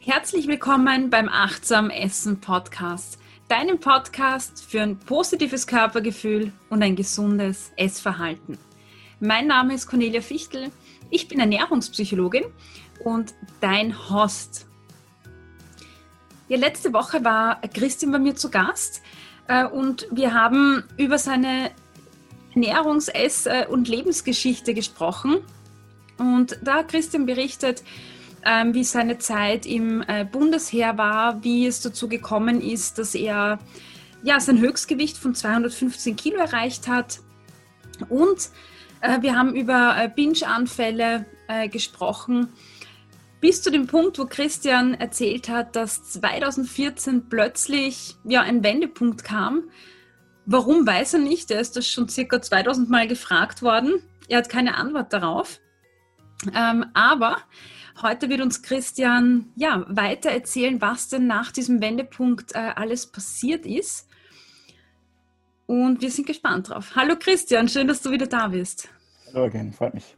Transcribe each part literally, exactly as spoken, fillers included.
Herzlich willkommen beim Achtsam Essen Podcast, deinem Podcast für ein positives Körpergefühl und ein gesundes Essverhalten. Mein Name ist Cornelia Fichtel, ich bin Ernährungspsychologin und dein Host. Ja, letzte Woche war Christian bei mir zu Gast äh, und wir haben über seine Ernährungs-, Ess- und Lebensgeschichte gesprochen. Und da hat Christian berichtet, ähm, wie seine Zeit im äh, Bundesheer war, wie es dazu gekommen ist, dass er ja, sein Höchstgewicht von zweihundertfünfzehn Kilo erreicht hat. Und äh, wir haben über äh, Binge-Anfälle äh, gesprochen, bis zu dem Punkt, wo Christian erzählt hat, dass zweitausendvierzehn plötzlich ja, ein Wendepunkt kam. Warum, weiß er nicht. Er ist das schon circa zweitausend Mal gefragt worden. Er hat keine Antwort darauf. Ähm, aber heute wird uns Christian ja, weiter erzählen, was denn nach diesem Wendepunkt äh, alles passiert ist. Und wir sind gespannt drauf. Hallo Christian, schön, dass du wieder da bist. Hallo again, freut mich.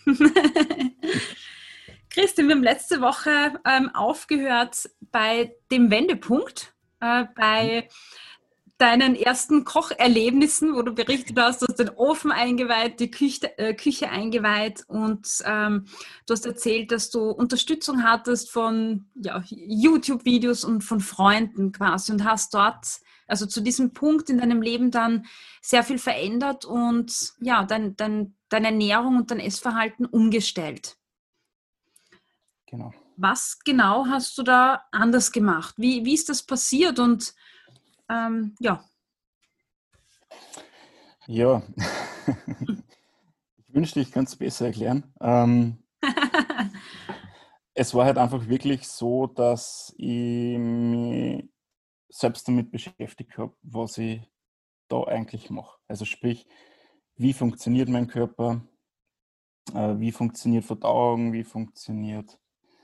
Christian, wir haben letzte Woche ähm, aufgehört bei dem Wendepunkt, äh, bei deinen ersten Kocherlebnissen, wo du berichtet hast, du hast den Ofen eingeweiht, die Küche, äh, Küche eingeweiht und ähm, du hast erzählt, dass du Unterstützung hattest von ja, YouTube-Videos und von Freunden quasi und hast dort, also zu diesem Punkt in deinem Leben dann sehr viel verändert und ja, dein, dein, deine Ernährung und dein Essverhalten umgestellt. Genau. Was genau hast du da anders gemacht? Wie, wie ist das passiert und ähm, ja. Ja, ich wünschte, ich könnte es besser erklären. Ähm, es war halt einfach wirklich so, dass ich mich selbst damit beschäftigt habe, was ich da eigentlich mache. Also sprich, wie funktioniert mein Körper, äh, wie funktioniert Verdauung, wie funktioniert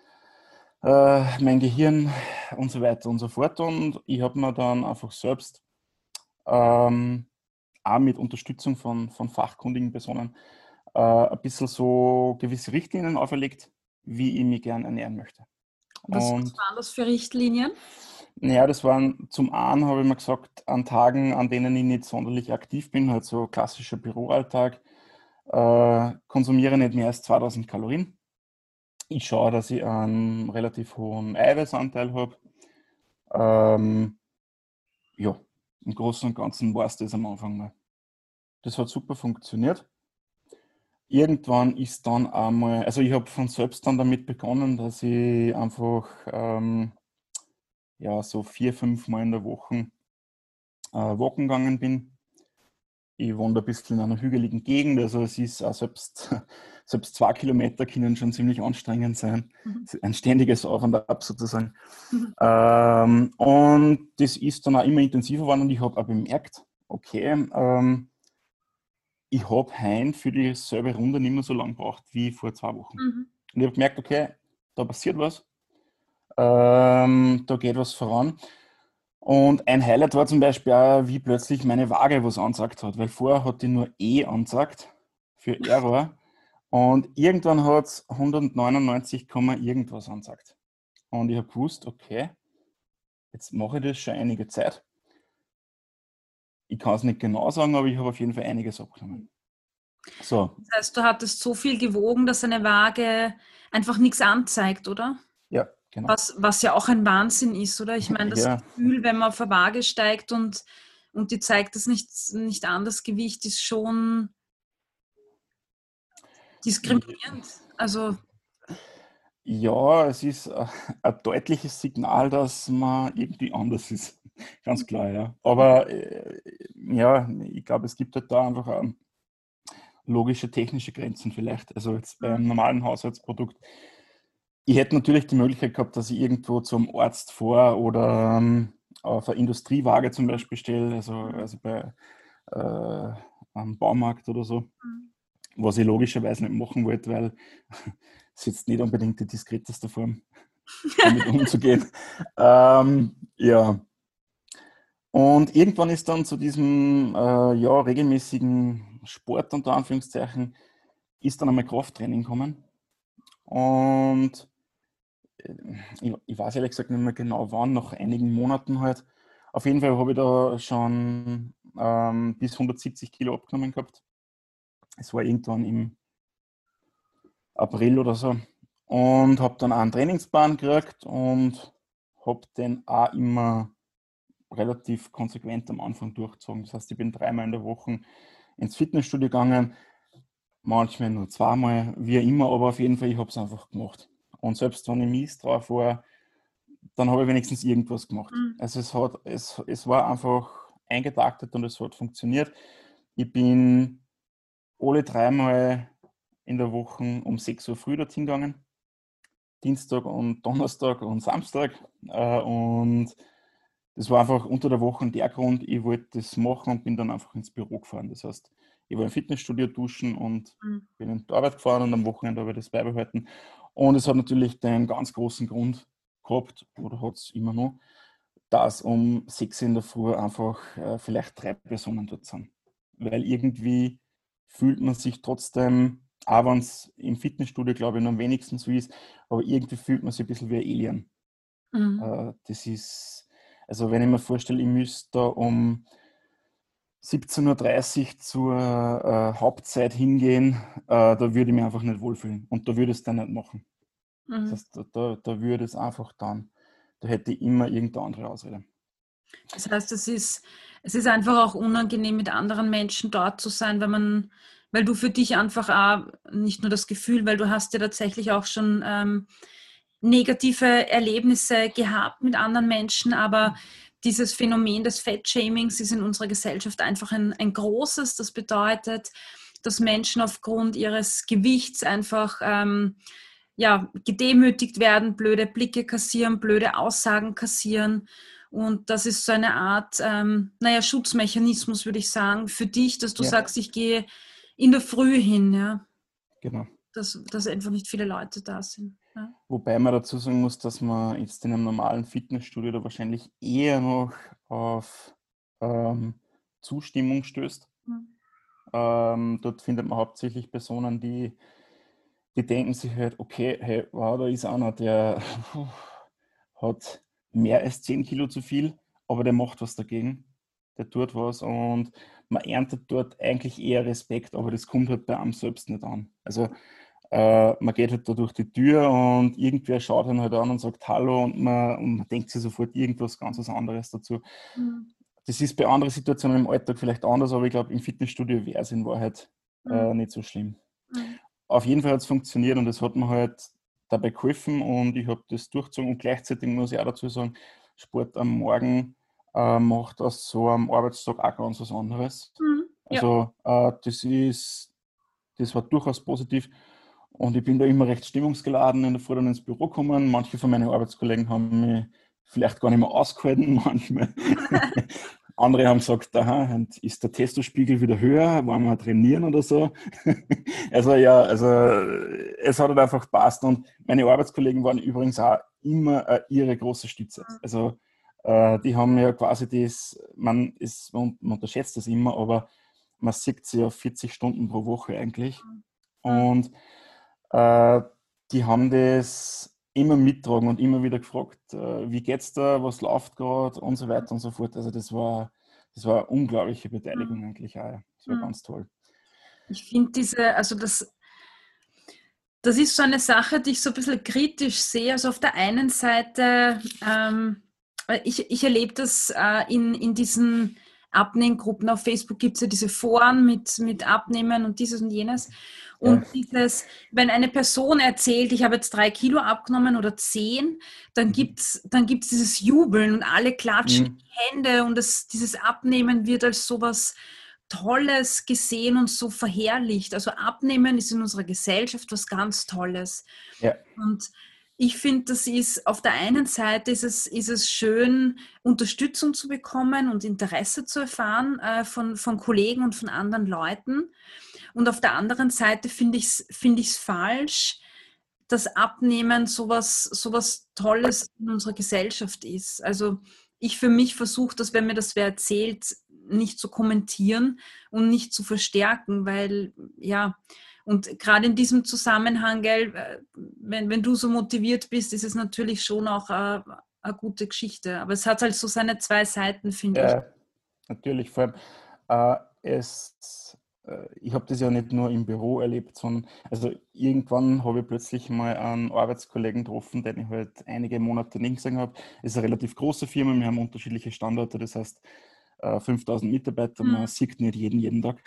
äh, mein Gehirn und so weiter und so fort. Und ich habe mir dann einfach selbst ähm, auch mit Unterstützung von, von fachkundigen Personen äh, ein bisschen so gewisse Richtlinien auferlegt, wie ich mich gern ernähren möchte. Was, was Und waren das für Richtlinien? naja, das waren zum einen, habe ich mir gesagt, an Tagen, an denen ich nicht sonderlich aktiv bin, halt so klassischer Büroalltag, äh, konsumiere nicht mehr als zweitausend Kalorien. Ich schaue, dass ich einen relativ hohen Eiweißanteil habe. Ähm, ja, im Großen und Ganzen war es das am Anfang mal. Das hat super funktioniert. Irgendwann ist dann einmal, also ich habe von selbst dann damit begonnen, dass ich einfach ähm, ja, so vier, fünf Mal in der Woche äh, walken gegangen bin. Ich wohne da ein bisschen in einer hügeligen Gegend, also es ist auch selbst, selbst zwei Kilometer können schon ziemlich anstrengend sein. Mhm. Ein ständiges Auf und Ab sozusagen. Mhm. Ähm, und das ist dann auch immer intensiver geworden und ich habe auch bemerkt, okay, ähm, ich habe heim für dieselbe Runde nicht mehr so lange gebraucht wie vor zwei Wochen. Mhm. Und ich habe gemerkt, okay, da passiert was, ähm, da geht was voran. Und ein Highlight war zum Beispiel auch, wie plötzlich meine Waage was angesagt hat, weil vorher hat die nur E angesagt für Error und irgendwann hat es hundertneunundneunzig, irgendwas angesagt. Und ich habe gewusst, okay, jetzt mache ich das schon einige Zeit. Ich kann es nicht genau sagen, aber ich habe auf jeden Fall einiges abgenommen. So. Das heißt, du hattest so viel gewogen, dass eine Waage einfach nichts anzeigt, oder? Ja, genau. Was, was ja auch ein Wahnsinn ist, oder? Ich meine, das Ja. Gefühl, wenn man auf eine Waage steigt und, und die zeigt das nicht, nicht an, das Gewicht ist schon diskriminierend. Also, Ja, es ist äh, ein deutliches Signal, dass man irgendwie anders ist. Ganz klar, ja. Aber äh, ja, ich glaube, es gibt halt da einfach ähm, logische technische Grenzen vielleicht. Also jetzt beim normalen Haushaltsprodukt. Ich hätte natürlich die Möglichkeit gehabt, dass ich irgendwo zum Arzt fahre oder ähm, auf eine Industriewaage zum Beispiel stelle, also, also bei äh, einem Baumarkt oder so. Was ich logischerweise nicht machen wollte, weil es jetzt nicht unbedingt die diskreteste Form, damit umzugehen. Ähm, ja. Und irgendwann ist dann zu diesem äh, ja, regelmäßigen Sport unter Anführungszeichen, ist dann einmal Krafttraining gekommen. Und ich, ich weiß ehrlich gesagt nicht mehr genau wann, nach einigen Monaten halt. Auf jeden Fall habe ich da schon ähm, bis hundertsiebzig Kilo abgenommen gehabt. Es war irgendwann im April oder so. Und habe dann auch einen Trainingsplan gekriegt und habe den auch immer relativ konsequent am Anfang durchgezogen. Das heißt, ich bin dreimal in der Woche ins Fitnessstudio gegangen, manchmal nur zweimal, wie immer, aber auf jeden Fall, ich habe es einfach gemacht. Und selbst wenn ich mies drauf war, dann habe ich wenigstens irgendwas gemacht. Mhm. Also es hat, es, es war einfach eingetaktet und es hat funktioniert. Ich bin alle dreimal in der Woche um sechs Uhr früh dorthin gegangen. Dienstag und Donnerstag und Samstag. Äh, und das war einfach unter der Woche der Grund, ich wollte das machen und bin dann einfach ins Büro gefahren. Das heißt, ich war im Fitnessstudio duschen und Mhm. bin in die Arbeit gefahren und am Wochenende habe ich das beibehalten. Und es hat natürlich den ganz großen Grund gehabt, oder hat es immer noch, dass um sechs in der Früh einfach äh, vielleicht drei Personen dort sind. Weil irgendwie fühlt man sich trotzdem, auch wenn es im Fitnessstudio, glaube ich, noch am wenigsten so ist, aber irgendwie fühlt man sich ein bisschen wie ein Alien. Mhm. Äh, das ist, also wenn ich mir vorstelle, ich müsste da um siebzehn Uhr dreißig zur äh, Hauptzeit hingehen, äh, da würde ich mich einfach nicht wohlfühlen. Und da würde ich es dann nicht machen. Das Mhm. heißt, da, da, da würde es einfach dann, da hätte ich immer irgendeine andere Ausrede. Das heißt, es ist, es ist einfach auch unangenehm, mit anderen Menschen dort zu sein, wenn man, weil du für dich einfach auch nicht nur das Gefühl, weil du hast ja tatsächlich auch schon ähm, negative Erlebnisse gehabt mit anderen Menschen, aber dieses Phänomen des Fettshamings ist in unserer Gesellschaft einfach ein, ein großes. Das bedeutet, dass Menschen aufgrund ihres Gewichts einfach ähm, ja, gedemütigt werden, blöde Blicke kassieren, blöde Aussagen kassieren. Und das ist so eine Art, ähm, naja, Schutzmechanismus, würde ich sagen, für dich, dass du Ja, sagst, ich gehe in der Früh hin, ja, genau. dass, dass einfach nicht viele Leute da sind. Ja. Wobei man dazu sagen muss, dass man jetzt in einem normalen Fitnessstudio da wahrscheinlich eher noch auf ähm, Zustimmung stößt. Ähm, dort findet man hauptsächlich Personen, die, die denken sich halt, okay, hey, wow, da ist einer, der hat mehr als zehn Kilo zu viel, aber der macht was dagegen. Der tut was und man erntet dort eigentlich eher Respekt, aber das kommt halt bei einem selbst nicht an. Also äh, man geht halt da durch die Tür und irgendwer schaut ihn halt an und sagt Hallo und man, und man denkt sich sofort irgendwas ganz was anderes dazu. Mhm. Das ist bei anderen Situationen im Alltag vielleicht anders, aber ich glaube, im Fitnessstudio wäre es in Wahrheit Mhm. äh, nicht so schlimm. Mhm. Auf jeden Fall hat es funktioniert und es hat mir halt dabei geholfen und ich habe das durchgezogen und gleichzeitig muss ich auch dazu sagen, Sport am Morgen äh, macht aus so einem Arbeitstag auch ganz was anderes. Mhm. Ja. Also äh, das ist, das war durchaus positiv und ich bin da immer recht stimmungsgeladen in der Früh dann ins Büro gekommen. Manche von meinen Arbeitskollegen haben mich vielleicht gar nicht mehr ausgehalten, manchmal. Andere haben gesagt, aha, ist der Testospiegel wieder höher, wollen wir trainieren oder so. Also ja, also es hat halt einfach gepasst und meine Arbeitskollegen waren übrigens auch immer äh, ihre große Stütze. Also äh, die haben ja quasi das, man, ist, man, man unterschätzt das immer, aber man sieht sie ja vierzig Stunden pro Woche eigentlich Mhm. und äh, die haben das immer mittragen und immer wieder gefragt, äh, wie geht's da, was läuft gerade und so weiter und so fort. Also das war, das war eine unglaubliche Beteiligung eigentlich auch. Ja. Das war Mhm. ganz toll. Ich finde diese, also das, das ist so eine Sache, die ich so ein bisschen kritisch sehe. Also auf der einen Seite, ähm, ich, ich erlebe das äh, in, in diesen Abnehmgruppen. Auf Facebook gibt es ja diese Foren mit, mit Abnehmen und dieses und jenes. Ja. Und dieses, wenn eine Person erzählt, ich habe jetzt drei Kilo abgenommen oder zehn, dann Mhm. gibt es dann gibt's dieses Jubeln und alle klatschen in Mhm. die Hände und das, dieses Abnehmen wird als sowas Tolles gesehen und so verherrlicht. Also Abnehmen ist in unserer Gesellschaft was ganz Tolles. Ja. Und ich finde, das ist auf der einen Seite ist es, ist es schön, Unterstützung zu bekommen und Interesse zu erfahren äh, von, von Kollegen und von anderen Leuten. Und auf der anderen Seite finde ich es find ich's falsch, dass Abnehmen sowas, sowas Tolles in unserer Gesellschaft ist. Also ich für mich versuche das, wenn mir das wer erzählt, nicht zu kommentieren und nicht zu verstärken, weil ja, Und gerade in diesem Zusammenhang, gell, wenn, wenn du so motiviert bist, ist es natürlich schon auch eine, eine gute Geschichte. Aber es hat halt so seine zwei Seiten, finde ich. Ja, natürlich, vor allem, äh, es, äh, ich habe das ja nicht nur im Büro erlebt, sondern also irgendwann habe ich plötzlich mal einen Arbeitskollegen getroffen, den ich halt einige Monate nicht gesehen habe. Es ist eine relativ große Firma, wir haben unterschiedliche Standorte, das heißt äh, fünftausend Mitarbeiter, man Mhm. sieht nicht jeden jeden Tag.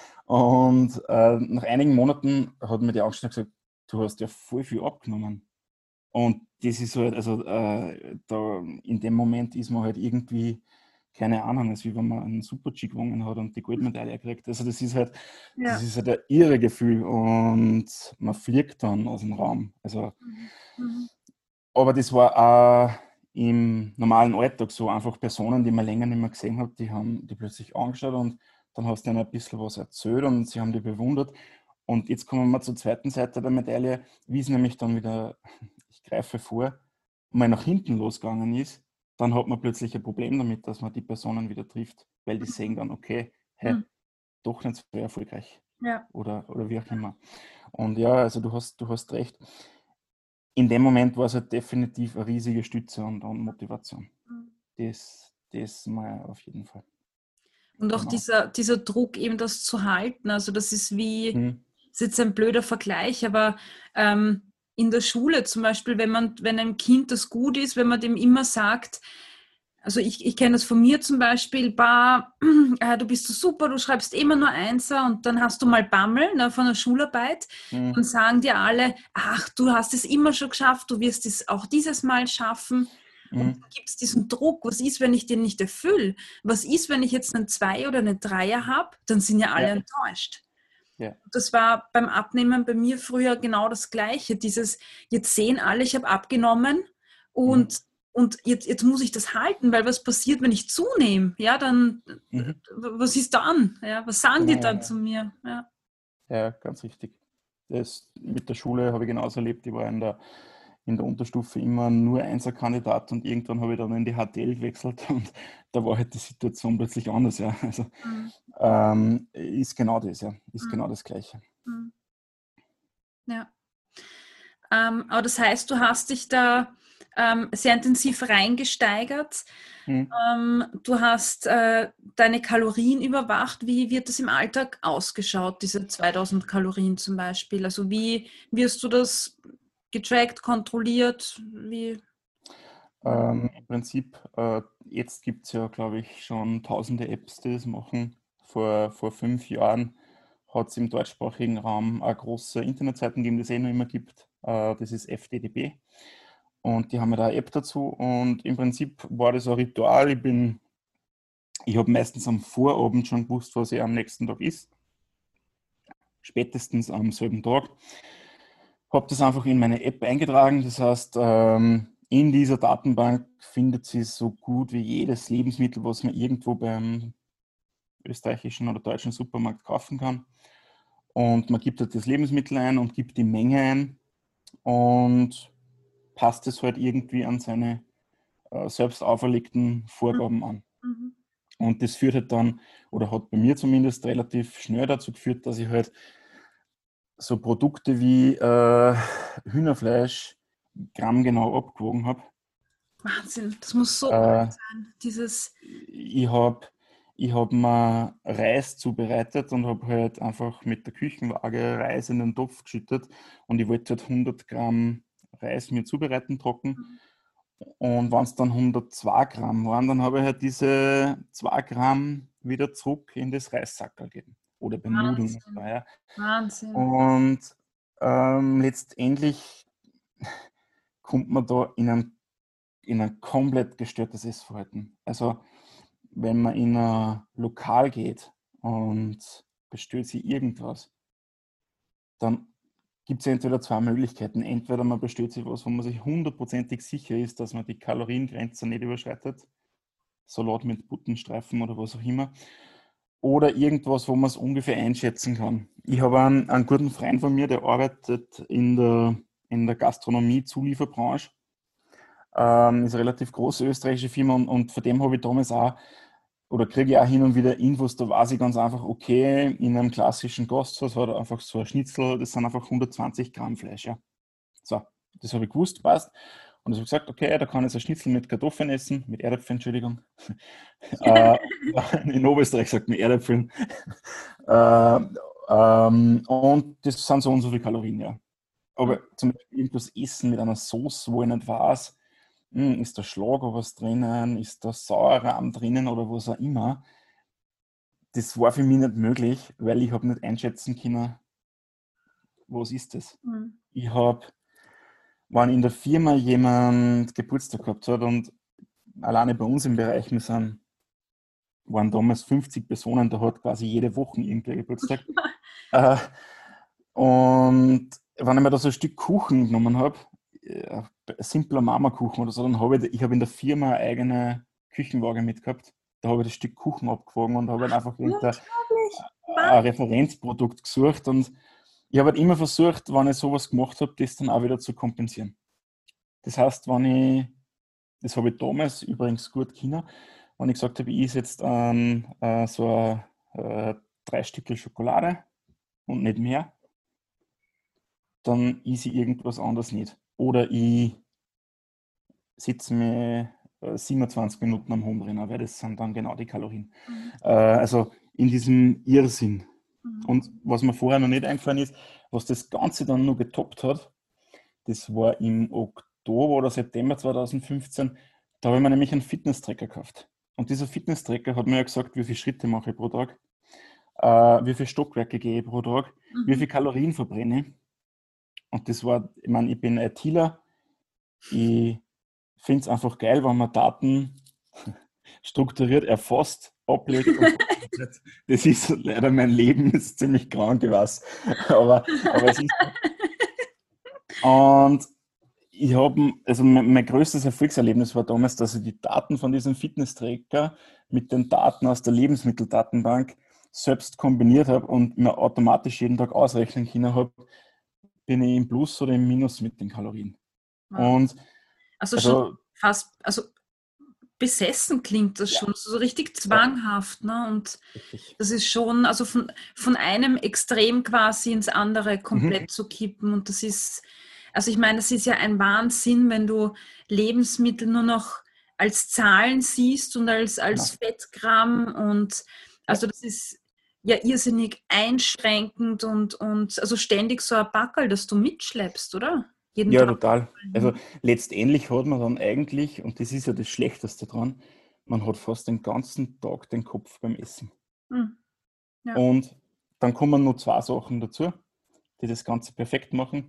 Und äh, nach einigen Monaten hat mir die angeschaut und gesagt, du hast ja voll viel abgenommen. Und das ist halt, also äh, da in dem Moment ist man halt irgendwie, keine Ahnung, als wie wenn man einen Super-G gewonnen hat und die Goldmedaille kriegt. Also das ist halt, das Ja. ist halt ein irre Gefühl und man fliegt dann aus dem Raum. Also, Mhm. Mhm. aber das war auch im normalen Alltag so, einfach Personen, die man länger nicht mehr gesehen hat, die haben die plötzlich angeschaut und dann hast du ihnen ein bisschen was erzählt und sie haben die bewundert. Und jetzt kommen wir zur zweiten Seite der Medaille, wie es nämlich dann wieder, ich greife vor, mal nach hinten losgegangen ist, dann hat man plötzlich ein Problem damit, dass man die Personen wieder trifft, weil die sehen dann, okay, hä, Mhm. doch nicht so erfolgreich Ja. oder, oder wie auch immer. Und ja, also du hast, du hast recht. In dem Moment war es halt definitiv eine riesige Stütze und, und Motivation. Mhm. Das, das mal auf jeden Fall. Und auch Genau. dieser, dieser Druck, eben das zu halten. Also das ist wie, Hm, das ist jetzt ein blöder Vergleich, aber ähm, in der Schule zum Beispiel, wenn man, wenn einem Kind das gut ist, wenn man dem immer sagt, also ich, ich kenne das von mir zum Beispiel, bah, äh, du bist so super, du schreibst immer nur Einser und dann hast du mal Bammel, ne, von der Schularbeit, hm, dann sagen dir alle, ach, du hast es immer schon geschafft, du wirst es auch dieses Mal schaffen. Und hm, dann gibt es diesen Druck, was ist, wenn ich den nicht erfülle? Was ist, wenn ich jetzt einen Zwei oder eine Dreier habe? Dann sind ja alle ja, enttäuscht. ja. Das war beim Abnehmen bei mir früher genau das Gleiche. Dieses, jetzt sehen alle, ich habe abgenommen Mhm, und, und jetzt, jetzt muss ich das halten, weil was passiert, wenn ich zunehme? Ja, dann, mhm, was ist dann? Ja, was sagen die genau, dann ja. zu mir? Ja. Ja, ganz richtig. Das mit der Schule habe ich genauso erlebt. Ich war in der, in der Unterstufe immer nur Einserkandidat und irgendwann habe ich dann in die H T L gewechselt und da war halt die Situation plötzlich anders, ja. Also Mhm. ähm, ist genau das, ja. Ist Mhm. genau das Gleiche. Mhm. Ja. Ähm, aber das heißt, du hast dich da ähm, sehr intensiv reingesteigert. Hm. Ähm, du hast äh, deine Kalorien überwacht. Wie wird das im Alltag ausgeschaut, diese zweitausend Kalorien zum Beispiel? Also wie wirst du das getrackt, kontrolliert? Wie? Ja. Ähm, im Prinzip, äh, jetzt gibt es ja, glaube ich, schon tausende Apps, die das machen. Vor, vor fünf Jahren hat es im deutschsprachigen Raum eine große Internetseiten gegeben, die es eh noch immer gibt. Äh, das ist F D D B. Und die haben ja da eine App dazu. Und im Prinzip war das ein Ritual. Ich bin, ich habe meistens am Vorabend schon gewusst, was ich am nächsten Tag ist. Spätestens am selben Tag. Habe das einfach in meine App eingetragen. Das heißt, ähm, in dieser Datenbank findet sie so gut wie jedes Lebensmittel, was man irgendwo beim österreichischen oder deutschen Supermarkt kaufen kann. Und man gibt halt das Lebensmittel ein und gibt die Menge ein und passt es halt irgendwie an seine äh, selbst auferlegten Vorgaben an. Mhm. Und das führt halt dann, oder hat bei mir zumindest relativ schnell dazu geführt, dass ich halt so Produkte wie äh, Hühnerfleisch grammgenau abgewogen habe. Wahnsinn, das muss so cool Äh, sein. Dieses, ich habe ich hab mir Reis zubereitet und habe halt einfach mit der Küchenwaage Reis in den Topf geschüttet und ich wollte halt hundert Gramm Reis mir zubereiten trocken. Und wenn es dann hundertzwei Gramm waren, dann habe ich halt diese zwei Gramm wieder zurück in das Reissackerl gegeben. Oder beim Nudeln und so, Wahnsinn, ja. Wahnsinn. Und ähm, letztendlich kommt man da in ein, in ein komplett gestörtes Essverhalten. Also wenn man in ein Lokal geht und bestellt sich irgendwas, dann gibt es entweder zwei Möglichkeiten. Entweder man bestellt sich was, wo man sich hundertprozentig sicher ist, dass man die Kaloriengrenze nicht überschreitet. Salat mit Buttenstreifen oder was auch immer. Oder irgendwas, wo man es ungefähr einschätzen kann. Ich habe einen, einen guten Freund von mir, der arbeitet in der, in der Gastronomie-Zulieferbranche. Ähm, ist eine relativ große österreichische Firma und, und von dem habe ich damals auch oder kriege ich auch hin und wieder Infos, da weiß ich ganz einfach, okay, in einem klassischen Gasthaus hat er einfach so ein Schnitzel, das sind einfach hundertzwanzig Gramm Fleisch. Ja. So, das habe ich gewusst, passt. Und ich habe gesagt, okay, da kann ich so ein Schnitzel mit Kartoffeln essen, mit Erdäpfeln, Entschuldigung. äh, in Oberösterreich sagt man Erdäpfeln. äh, ähm, und das sind so und so viele Kalorien, ja. Aber zum Beispiel irgendwas essen mit einer Sauce, wo ich nicht weiß, hm, ist da Schlager was drinnen, ist da Sauerrahm drinnen oder was auch immer. Das war für mich nicht möglich, weil ich habe nicht einschätzen können, was ist das. Mhm. Ich habe, wenn in der Firma jemand Geburtstag gehabt hat und alleine bei uns im Bereich, wir sind, waren damals fünfzig Personen, da hat quasi jede Woche irgendwer Geburtstag. Äh, und wenn ich mir da so ein Stück Kuchen genommen habe, äh, ein simpler Marmorkuchen oder so, dann habe ich, ich habe in der Firma eine eigene Küchenwaage mitgehabt. Da habe ich das Stück Kuchen abgewogen und habe halt einfach irgendein Unglaublich. ein Was? Referenzprodukt gesucht. Und ich habe halt immer versucht, wenn ich sowas gemacht habe, das dann auch wieder zu kompensieren. Das heißt, wenn ich, das habe ich damals übrigens gut können, wenn ich gesagt habe, ich esse jetzt ähm, äh, so ein, äh, drei Stückel Schokolade und nicht mehr, dann esse ich irgendwas anderes nicht. Oder ich sitze mir äh, siebenundzwanzig Minuten am Humdrehen, weil das sind dann genau die Kalorien. Mhm. Äh, also in diesem Irrsinn. Mhm. Und was mir vorher noch nicht eingefallen ist, was das Ganze dann noch getoppt hat, das war im Oktober oder September zweitausendfünfzehn, da habe ich mir nämlich einen Fitness-Tracker gekauft. Und dieser Fitness-Tracker hat mir ja gesagt, wie viele Schritte mache ich pro Tag, äh, wie viele Stockwerke gehe ich pro Tag, wie Mhm. viele Kalorien verbrenne ich. Und das war, ich meine, ich bin ITler, ich finde es einfach geil, wenn man Daten strukturiert erfasst, ablegt und verarbeitet. Das ist leider mein Leben, ist ziemlich krank, ich weiß. Aber, aber es ist. Und ich habe, also mein, mein größtes Erfolgserlebnis war damals, dass ich die Daten von diesem Fitness-Tracker mit den Daten aus der Lebensmitteldatenbank selbst kombiniert habe und mir automatisch jeden Tag ausrechnen können habe, bin ich im Plus oder im Minus mit den Kalorien. Wow. Und Also schon also, fast, also besessen klingt das ja, schon, so richtig ja, zwanghaft, ne? Und richtig. das ist schon, also von, von einem Extrem quasi ins andere Mhm. komplett zu kippen. Und das ist, also ich meine, das ist ja ein Wahnsinn, wenn du Lebensmittel nur noch als Zahlen siehst und als, als Genau. Fettgramm. Und Ja. also das ist ja irrsinnig einschränkend und, und also ständig so ein Packerl, das du mitschleppst, oder? Jeden Ja, Tag. total. Also letztendlich hat man dann eigentlich, und das ist ja das Schlechteste dran, man hat fast den ganzen Tag den Kopf beim Essen. Hm, ja. Und dann kommen nur zwei Sachen dazu, die das Ganze perfekt machen.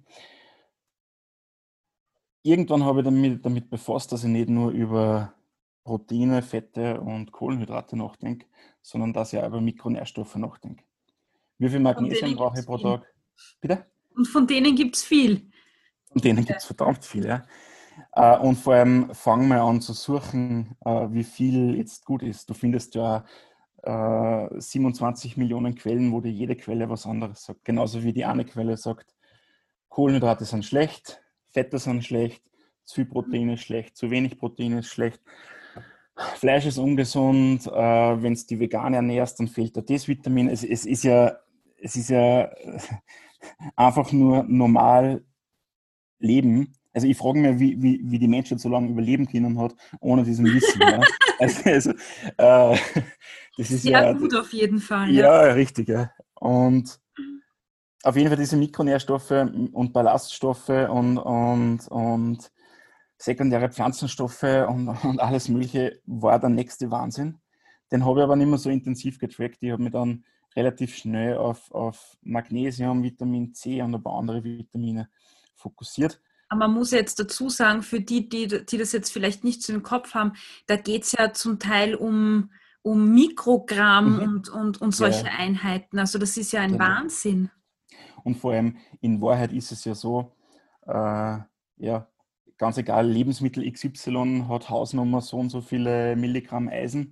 Irgendwann habe ich damit, damit befasst, dass ich nicht nur über Proteine, Fette und Kohlenhydrate nachdenke, sondern dass ich auch über Mikronährstoffe nachdenke. Wie viel Von Magnesium denen gibt brauche es ich pro viel. Tag? Bitte? Und von denen gibt es viel. Von denen gibt es verdammt viel, ja. Äh, Und vor allem fangen wir an zu suchen, äh, wie viel jetzt gut ist. Du findest ja äh, siebenundzwanzig Millionen Quellen, wo dir jede Quelle was anderes sagt. Genauso wie die eine Quelle sagt, Kohlenhydrate sind schlecht, Fette sind schlecht, zu viel Protein ist schlecht, zu wenig Protein ist schlecht, Fleisch ist ungesund, äh, wenn du die vegan ernährst, dann fehlt dir das Vitamin. Es, es ist ja, es ist ja einfach nur normal leben. Also ich frage mich, wie, wie, wie die Menschheit so lange überleben können hat, ohne diesem Wissen. Ja? Also, also äh, das ist Sehr ja, gut auf jeden Fall, ja. ja richtig. Ja. Und auf jeden Fall diese Mikronährstoffe und Ballaststoffe und, und, und sekundäre Pflanzenstoffe und, und alles Mögliche war der nächste Wahnsinn. Den habe ich aber nicht mehr so intensiv getrackt. Ich habe mich dann relativ schnell auf, auf Magnesium, Vitamin C und ein paar andere Vitamine fokussiert. Aber man muss jetzt dazu sagen, für die, die, die das jetzt vielleicht nicht so im Kopf haben, da geht es ja zum Teil um, um Mikrogramm Mhm. und, und, und solche Ja, Einheiten. Also das ist ja ein genau. Wahnsinn. Und vor allem in Wahrheit ist es ja so, äh, ja, ganz egal, Lebensmittel X Y hat Hausnummer so und so viele Milligramm Eisen.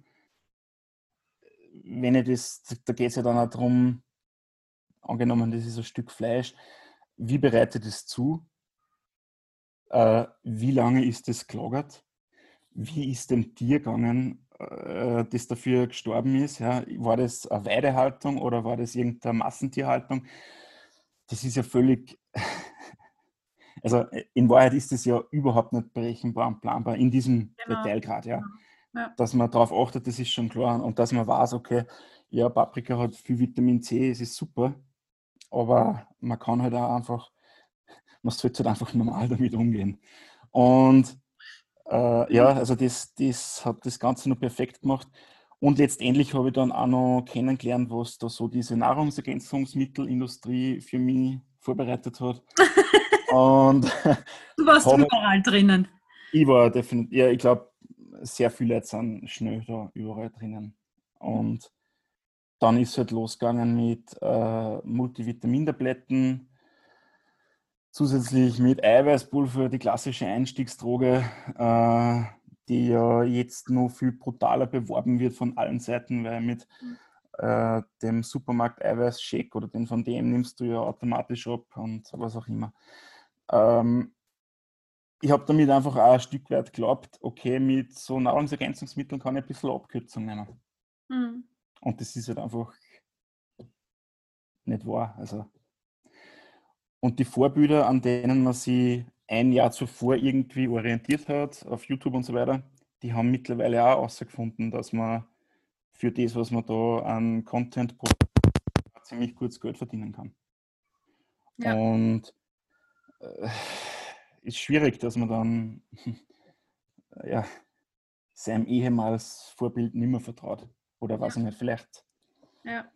Wenn ich das, da geht es ja dann auch darum, angenommen, das ist ein Stück Fleisch, wie bereitet es zu? Äh, wie lange ist es gelagert? Wie ist dem Tier gegangen? äh, das dafür gestorben ist. Ja. War das eine Weidehaltung oder war das irgendeine Massentierhaltung? Das ist ja völlig, also in Wahrheit ist das ja überhaupt nicht berechenbar und planbar in diesem Genau. Detailgrad, ja. Ja. Dass man darauf achtet, das ist schon klar. Und dass man weiß, okay, ja, Paprika hat viel Vitamin C, es ist super, aber man kann halt auch einfach, man sollte halt einfach normal damit umgehen. Und äh, ja, also das, das hat das Ganze noch perfekt gemacht. Und letztendlich habe ich dann auch noch kennengelernt, was da so diese Nahrungsergänzungsmittelindustrie für mich vorbereitet hat. Und Du warst habe, überall drinnen. ich war definitiv, ja, ich glaube, sehr viele Leute sind schnell da überall drinnen. Und dann ist es halt losgegangen mit äh, Multivitamintabletten, zusätzlich mit Eiweißpulver, die klassische Einstiegsdroge, äh, die ja jetzt noch viel brutaler beworben wird von allen Seiten, weil mit äh, dem Supermarkt Eiweißshake oder den von dem nimmst du ja automatisch ab und was auch immer. Ähm, ich habe damit einfach auch ein Stück weit geglaubt, okay, mit so Nahrungsergänzungsmitteln kann ich ein bisschen Abkürzung nehmen. Mhm. Und das ist halt einfach nicht wahr. Also. Und die Vorbilder, an denen man sich ein Jahr zuvor irgendwie orientiert hat, auf YouTube und so weiter, die haben mittlerweile auch herausgefunden, dass man für das, was man da an Content ziemlich kurz Geld verdienen kann. Ja. Und äh, ist schwierig, dass man dann ja, seinem ehemals Vorbild nicht mehr vertraut. Oder weiß ich nicht, vielleicht Ja.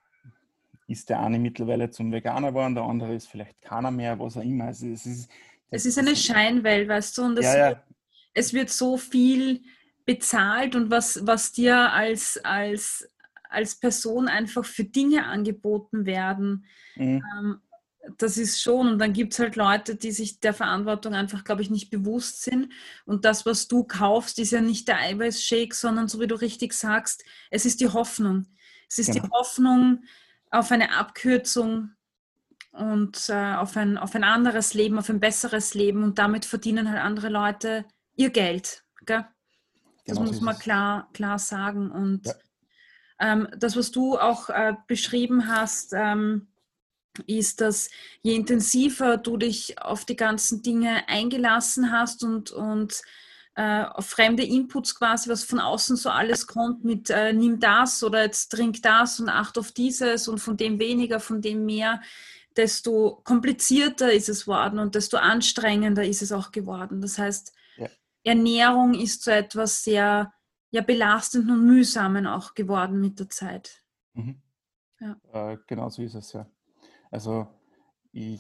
ist der eine mittlerweile zum Veganer geworden, der andere ist vielleicht keiner mehr, was auch immer. Also es ist, Es das, ist eine das, Scheinwelt, weißt du, und ja, es wird, ja. es wird so viel bezahlt und was, was dir als, als, als Person einfach für Dinge angeboten werden. Mhm. Ähm, das ist schon, und dann gibt es halt Leute, die sich der Verantwortung einfach, glaube ich, nicht bewusst sind. Und das, was du kaufst, ist ja nicht der Eiweißshake, sondern so wie du richtig sagst, es ist die Hoffnung. Es ist die Genau. Hoffnung auf eine Abkürzung und äh, auf, ein, auf ein anderes Leben, auf ein besseres Leben, und damit verdienen halt andere Leute ihr Geld. Gell? Das Genau so muss ist man es. klar, klar sagen. Ja. Und ähm, das, was du auch äh, beschrieben hast, ähm, ist, dass je intensiver du dich auf die ganzen Dinge eingelassen hast und, und äh, auf fremde Inputs quasi, was von außen so alles kommt mit äh, nimm das oder jetzt trink das und acht auf dieses und von dem weniger, von dem mehr, desto komplizierter ist es worden und desto anstrengender ist es auch geworden. Das heißt, Ja. Ernährung ist so etwas sehr ja, belastend und mühsamen auch geworden mit der Zeit. Mhm. Ja. Äh, genau so ist es, ja. Also ich,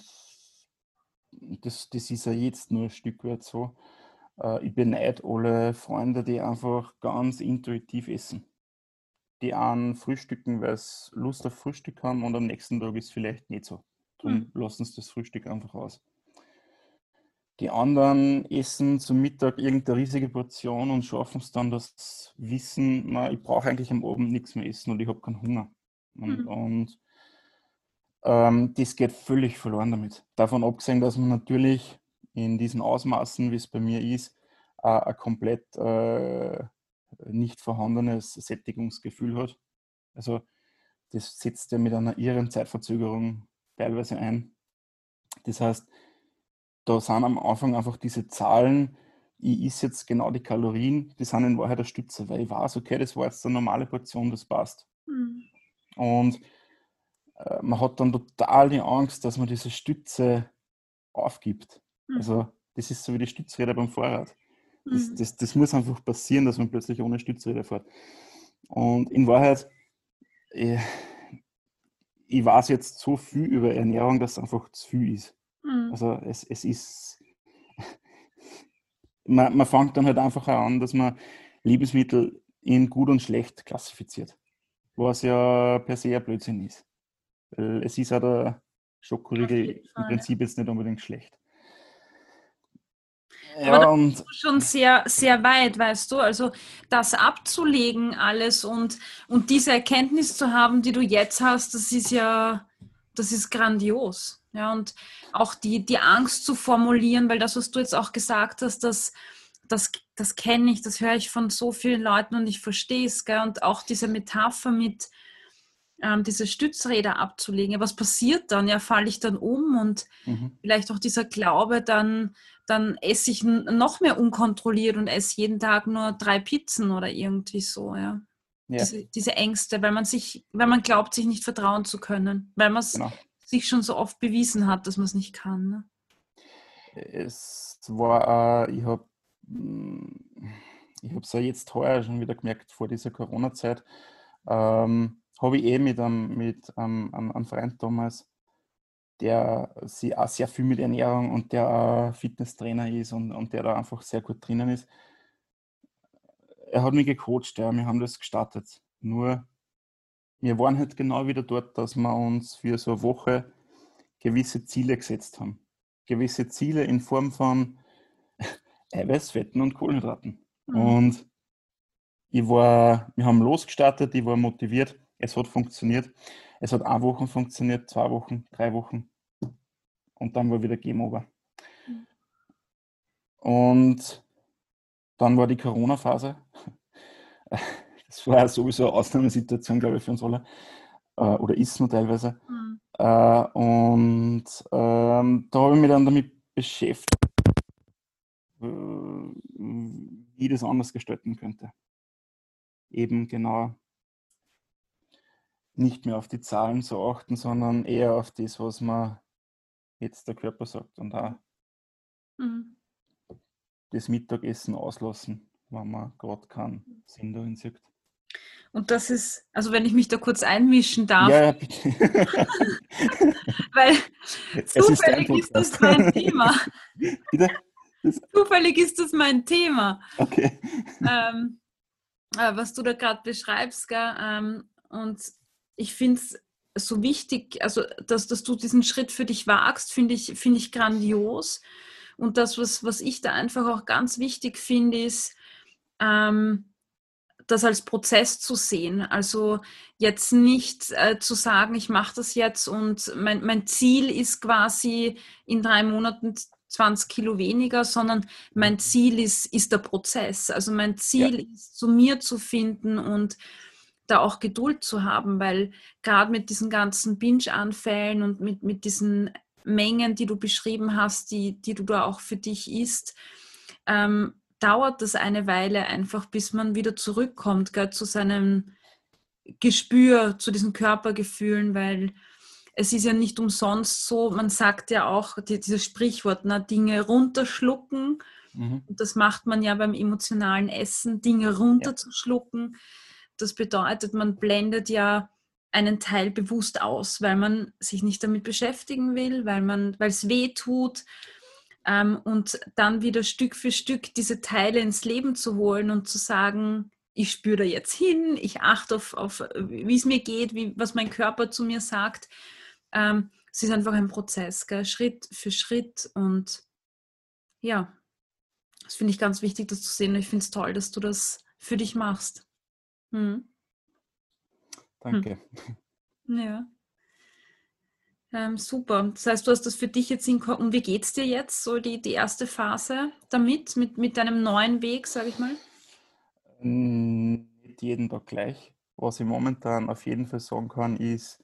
das, das ist ja jetzt nur ein Stück weit so. Äh, ich beneide alle Freunde, die einfach ganz intuitiv essen. Die einen frühstücken, weil sie Lust auf Frühstück haben und am nächsten Tag ist es vielleicht nicht so. Hm. Darum lassen sie das Frühstück einfach aus. Die anderen essen zum Mittag irgendeine riesige Portion und schaffen es dann, dass sie wissen, na, ich brauche eigentlich am Abend nichts mehr essen und ich habe keinen Hunger. Und, Hm. und ähm, das geht völlig verloren damit. Davon abgesehen, dass man natürlich in diesen Ausmaßen, wie es bei mir ist, äh, ein komplett äh, nicht vorhandenes Sättigungsgefühl hat. Also das setzt ja mit einer irren Zeitverzögerung teilweise ein. Das heißt, da sind am Anfang einfach diese Zahlen, ich esse jetzt genau die Kalorien, die sind in Wahrheit eine Stütze, weil ich weiß, okay, das war jetzt eine normale Portion, das passt. Hm. Und äh, man hat dann total die Angst, dass man diese Stütze aufgibt. Hm. Also das ist so wie die Stützräder beim Fahrrad. Das, Hm. das, das muss einfach passieren, dass man plötzlich ohne Stützräder fährt. Und in Wahrheit, ich, ich weiß jetzt so viel über Ernährung, dass es einfach zu viel ist. Hm. Also es, es ist, man, man fängt dann halt einfach auch an, dass man Lebensmittel in gut und schlecht klassifiziert, was ja per se ein Blödsinn ist. Weil es ist ja der Auf Schokoriegel jeden im Fall. Prinzip jetzt nicht unbedingt schlecht. Aber da Ja, und bist du schon sehr, sehr weit, weißt du? Also das abzulegen alles und, und diese Erkenntnis zu haben, die du jetzt hast, das ist ja, das ist grandios. Ja, und auch die, die Angst zu formulieren, weil das, was du jetzt auch gesagt hast, dass das, das kenne ich, das höre ich von so vielen Leuten und ich verstehe es. Gell? Und auch diese Metapher mit ähm, diese Stützräder abzulegen. Ja, was passiert dann? Ja, falle ich dann um und Mhm. vielleicht auch dieser Glaube, dann, dann esse ich n- noch mehr unkontrolliert und esse jeden Tag nur drei Pizzen oder irgendwie so, ja. Ja, Diese, diese Ängste, weil man sich, weil man glaubt, sich nicht vertrauen zu können, weil man es genau. sich schon so oft bewiesen hat, dass man es nicht kann. Ne? Es war, äh, ich habe ich habe es ja jetzt heuer schon wieder gemerkt, vor dieser Corona-Zeit, ähm, habe ich eh mit einem, mit einem, einem, einem Freund damals, der sich auch sehr viel mit Ernährung und der auch Fitnesstrainer ist und, und der da einfach sehr gut drinnen ist. Er hat mich gecoacht, ja, wir haben das gestartet. Nur, wir waren halt genau wieder dort, dass wir uns für so eine Woche gewisse Ziele gesetzt haben. Gewisse Ziele in Form von Eiweiß, Fetten und Kohlenhydraten. Mhm. Und ich war, wir haben losgestartet, ich war motiviert, es hat funktioniert. Es hat eine Woche funktioniert, zwei Wochen, drei Wochen und dann war wieder Game Over. Und dann war die Corona-Phase. Das war sowieso eine Ausnahmesituation, glaube ich, für uns alle. Äh, oder ist nur teilweise. Mhm. Äh, und ähm, da habe ich mich dann damit beschäftigt, äh, wie ich das anders gestalten könnte. Eben genau nicht mehr auf die Zahlen zu achten, sondern eher auf das, was man jetzt der Körper sagt und auch Mhm. das Mittagessen auslassen, wenn man gerade keinen Sinn darin sieht. Und das ist, also wenn ich mich da kurz einmischen Ja, darf, ja, bitte. weil Es ist dein zufällig ist das Podcast. mein Thema. Bitte? Das, Zufällig ist das mein Thema. okay. Ähm, äh, was du da gerade beschreibst, gell? Ähm, und ich finde es so wichtig, also dass, dass du diesen Schritt für dich wagst, finde ich, finde ich grandios. Und das, was, was ich da einfach auch ganz wichtig finde, ist, ähm, das als Prozess zu sehen. Also jetzt nicht äh, zu sagen, ich mache das jetzt und mein, mein Ziel ist quasi in drei Monaten zwanzig Kilo weniger, sondern mein Ziel ist, ist der Prozess. Also mein Ja. Ziel ist, zu mir zu finden und da auch Geduld zu haben, weil gerade mit diesen ganzen Binge-Anfällen und mit, mit diesen Mengen, die du beschrieben hast, die, die du da auch für dich isst, ähm, dauert das eine Weile einfach, bis man wieder zurückkommt, gell, zu seinem Gespür, zu diesen Körpergefühlen, weil es ist ja nicht umsonst so, man sagt ja auch, die, dieses Sprichwort, na, Dinge runterschlucken, Mhm. und das macht man ja beim emotionalen Essen, Dinge Ja. runterzuschlucken. Das bedeutet, man blendet ja einen Teil bewusst aus, weil man sich nicht damit beschäftigen will, weil man, weil es weh tut, ähm, und dann wieder Stück für Stück diese Teile ins Leben zu holen und zu sagen, ich spüre da jetzt hin, ich achte auf, auf wie es mir geht, wie, was mein Körper zu mir sagt. Ähm, es ist einfach ein Prozess, gell? Schritt für Schritt, und ja, das finde ich ganz wichtig, das zu sehen. Und ich finde es toll, dass du das für dich machst. Hm. Hm. Danke. Ja, ähm, super. Das heißt, du hast das für dich jetzt in, und wie geht es dir jetzt, so die, die erste Phase damit, mit, mit deinem neuen Weg, sage ich mal? Nicht jeden Tag gleich. Was ich momentan auf jeden Fall sagen kann, ist,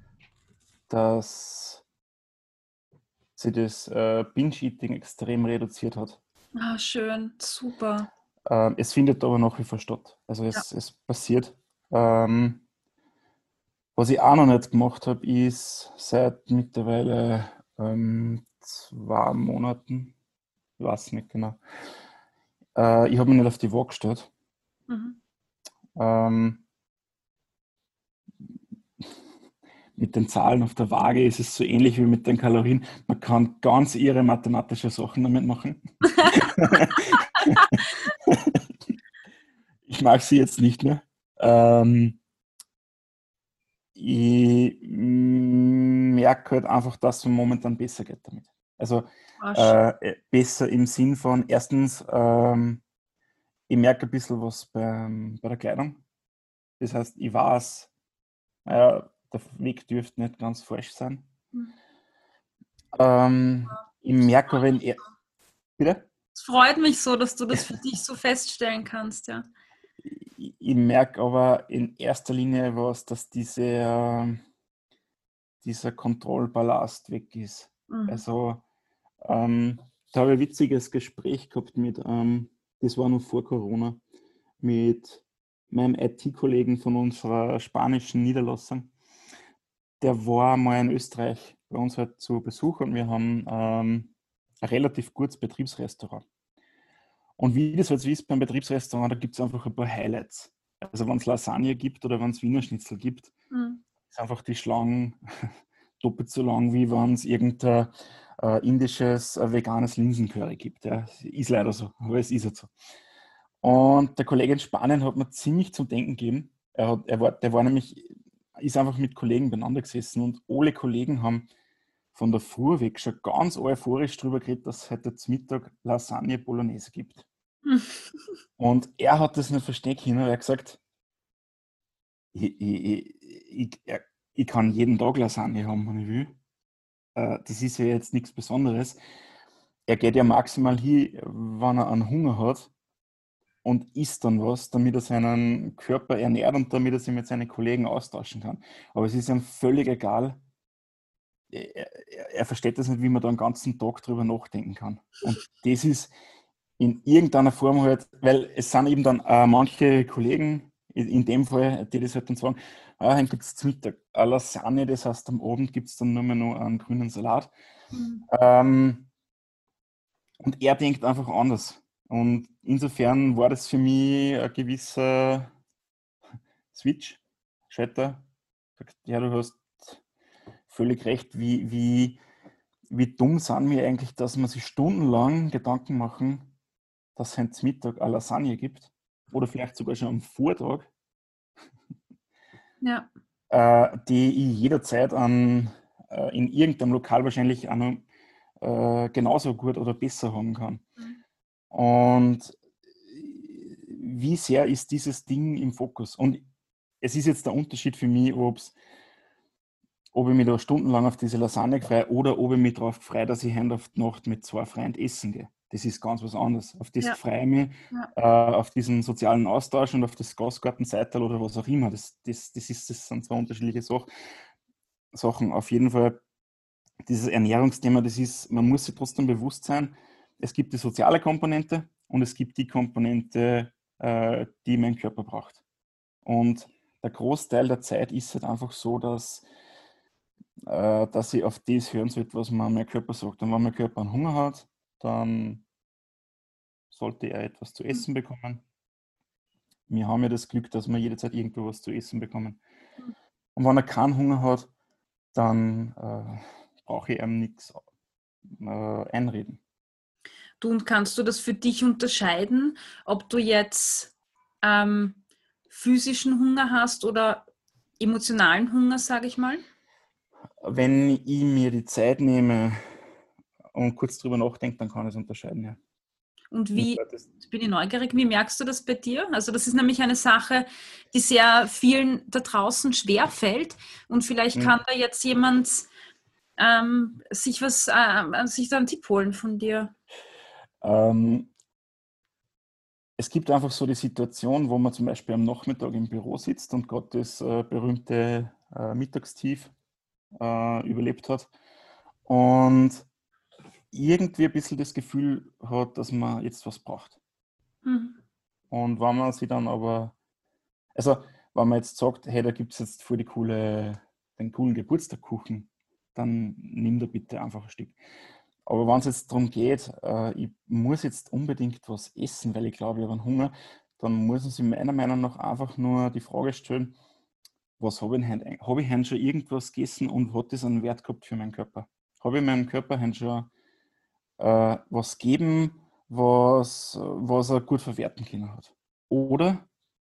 dass sich das äh, Binge-Eating extrem reduziert hat. Ah, schön, super. Ähm, es findet aber nach wie vor statt. Also Ja. es, es passiert. Ähm, was ich auch noch nicht gemacht habe, ist seit mittlerweile ähm, zwei Monaten, ich weiß nicht genau, äh, ich habe mich nicht auf die Waage gestellt. Mhm. Ähm, mit den Zahlen auf der Waage ist es so ähnlich wie mit den Kalorien. Man kann ganz irre mathematische Sachen damit machen. Ich mag sie jetzt nicht mehr. Ähm, ich merke halt einfach, dass es mir momentan besser geht damit. Also Ah, schön. äh, besser im Sinn von, erstens, ähm, ich merke ein bisschen was beim, bei der Kleidung. Das heißt, ich weiß, naja, der Weg dürfte nicht ganz falsch sein. Ähm, ich merke, wenn er. Bitte? Es freut mich so, dass du das für dich so feststellen kannst, ja. Ich, ich merke aber in erster Linie was, dass diese, äh, dieser Kontrollballast weg ist. Mhm. Also ähm, da habe ich ein witziges Gespräch gehabt mit, ähm, das war noch vor Corona, mit meinem I T-Kollegen von unserer spanischen Niederlassung. Der war mal in Österreich bei uns halt zu Besuch und wir haben ähm, ein relativ gutes Betriebsrestaurant. Und wie das halt so ist beim Betriebsrestaurant, da gibt es einfach ein paar Highlights. Also wenn es Lasagne gibt oder wenn es Wiener Schnitzel gibt, Mhm. ist einfach die Schlangen doppelt so lang, wie wenn es irgendein äh, indisches, äh, veganes Linsencurry gibt. Ja. Ist leider so, aber es ist halt so. Und der Kollege in Spanien hat mir ziemlich zum Denken gegeben. Er hat, er war, der war nämlich, ist einfach mit Kollegen beieinander gesessen und alle Kollegen haben von der Früh weg schon ganz euphorisch darüber geredet, dass es heute zum Mittag Lasagne Bolognese gibt. Und er hat das nicht verstehen können, er hat gesagt, ich, ich, ich, ich, ich kann jeden Tag Lasagne haben, wenn ich will. Äh, Das ist ja jetzt nichts Besonderes. Er geht ja maximal hin, wenn er einen Hunger hat und isst dann was, damit er seinen Körper ernährt und damit er sich mit seinen Kollegen austauschen kann. Aber es ist ihm völlig egal. Er, er, er versteht das nicht, wie man da einen ganzen Tag drüber nachdenken kann. Und das ist in irgendeiner Form halt, weil es sind eben dann äh, manche Kollegen, in, in dem Fall, die das halt dann sagen, ah, dann gibt es zum Mittag eine Lasagne, das heißt am Abend gibt es dann nur mehr noch einen grünen Salat. Mhm. Ähm, und er denkt einfach anders. Und insofern war das für mich ein gewisser Switch, Schalter. Sagt, ja, du hast völlig recht, wie, wie, wie dumm sind wir eigentlich, dass wir sich stundenlang Gedanken machen, dass es heute Mittag eine Lasagne gibt oder vielleicht sogar schon am Vortag, Ja. äh, die ich jederzeit an, äh, in irgendeinem Lokal wahrscheinlich auch noch, äh, genauso gut oder besser haben kann. Mhm. Und wie sehr ist dieses Ding im Fokus? Und es ist jetzt der Unterschied für mich, ob's, ob ich mich da stundenlang auf diese Lasagne freue oder ob ich mich darauf freue, dass ich heute auf die Nacht mit zwei Freunden essen gehe. Das ist ganz was anderes. Auf das Ja. freue ich mich, Ja. äh, auf diesen sozialen Austausch und auf das Gastgartenseital oder was auch immer. Das, das, das, ist, das sind zwei unterschiedliche Sach Sachen. Auf jeden Fall, dieses Ernährungsthema, das ist, man muss sich trotzdem bewusst sein, es gibt die soziale Komponente und es gibt die Komponente, äh, die mein Körper braucht. Und der Großteil der Zeit ist halt einfach so, dass, äh, dass ich auf das hören sollte, was mir mein Körper sagt. Und wenn mein Körper einen Hunger hat, dann sollte er etwas zu essen bekommen. Wir haben ja das Glück, dass wir jederzeit irgendwo was zu essen bekommen. Und wenn er keinen Hunger hat, dann äh, brauche ich ihm nichts äh, einreden. Du, und kannst du das für dich unterscheiden, ob du jetzt ähm, physischen Hunger hast oder emotionalen Hunger, sage ich mal? Wenn ich mir die Zeit nehme und kurz drüber nachdenke, dann kann ich es unterscheiden, ja. Und Und wie, das, jetzt bin ich neugierig, wie merkst du das bei dir? Also das ist nämlich eine Sache, die sehr vielen da draußen schwerfällt. Und vielleicht hm, kann da jetzt jemand ähm, sich was, äh, sich da einen Tipp holen von dir. ähm, es gibt einfach so die Situation, wo man zum Beispiel am Nachmittag im Büro sitzt und gerade das äh, berühmte äh, Mittagstief äh, überlebt hat und irgendwie ein bisschen das Gefühl hat, dass man jetzt was braucht. Mhm. Und wenn man sich dann aber, also wenn man jetzt sagt, hey, da gibt es jetzt voll die coole, den coolen Geburtstagkuchen, dann nimm da bitte einfach ein Stück. Aber wenn es jetzt darum geht, äh, ich muss jetzt unbedingt was essen, weil ich glaube, ich habe einen Hunger, dann muss man sich meiner Meinung nach einfach nur die Frage stellen, was habe ich heute, habe ich heute schon irgendwas gegessen und hat das einen Wert gehabt für meinen Körper? Habe ich meinem Körper heute schon äh, was geben, was, was er gut verwerten können hat? Oder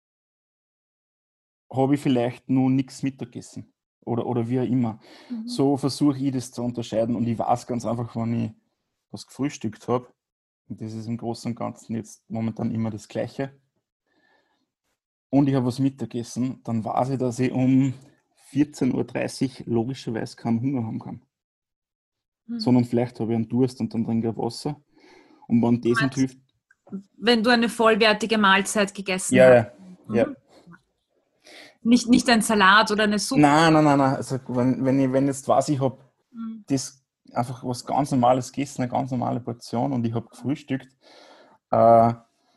habe ich vielleicht nur nichts Mittagessen? Oder, oder wie auch immer. Mhm. So versuche ich das zu unterscheiden und ich weiß ganz einfach, wenn ich was gefrühstückt habe, und das ist im Großen und Ganzen jetzt momentan immer das Gleiche, und ich habe was Mittagessen, dann weiß ich, dass ich um vierzehn Uhr dreißig logischerweise keinen Hunger haben kann. Mhm. Sondern vielleicht habe ich einen Durst und dann trinke ich Wasser. Und wenn das nicht hilft... Wenn du eine vollwertige Mahlzeit gegessen Ja, hast. ja, Mhm. ja. Nicht, nicht ein Salat oder eine Suppe. Nein, nein, nein, nein. Also wenn, wenn ich wenn jetzt weiß, ich habe Mhm. das einfach was ganz Normales gegessen, eine ganz normale Portion und ich habe gefrühstückt, äh,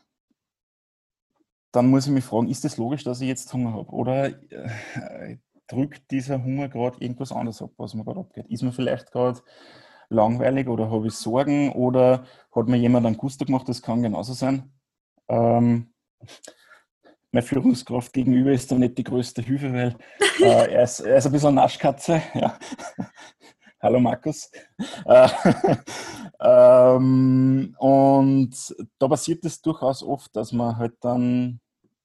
dann muss ich mich fragen, ist das logisch, dass ich jetzt Hunger habe? Oder äh, drückt dieser Hunger gerade irgendwas anderes ab, was mir gerade abgeht? Ist mir vielleicht gerade langweilig oder habe ich Sorgen oder hat mir jemand einen Guster gemacht? Das kann genauso sein. Ähm, meine Führungskraft gegenüber ist da nicht die größte Hilfe, weil äh, er, ist, er ist ein bisschen eine Naschkatze. Ja. Hallo Markus. Äh, ähm, und da passiert es durchaus oft, dass man halt dann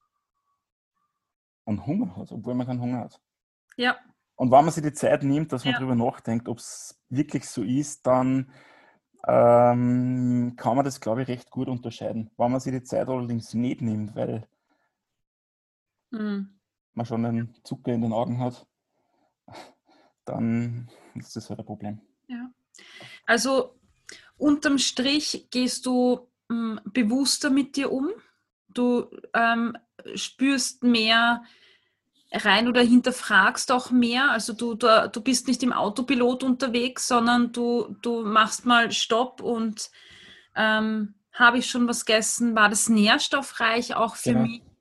einen Hunger hat, obwohl man keinen Hunger hat. Ja. Und wenn man sich die Zeit nimmt, dass man Ja. darüber nachdenkt, ob es wirklich so ist, dann ähm, kann man das, glaube ich, recht gut unterscheiden. Wenn man sich die Zeit allerdings nicht nimmt, weil Mhm. man schon einen Zucker in den Augen hat, dann ist das halt ein Problem. Ja. Also unterm Strich gehst du mh, bewusster mit dir um. Du ähm, spürst mehr rein oder hinterfragst auch mehr. Also du, du, du bist nicht im Autopilot unterwegs, sondern du, du machst mal Stopp und ähm, habe ich schon was gegessen? War das nährstoffreich auch für Genau. mich?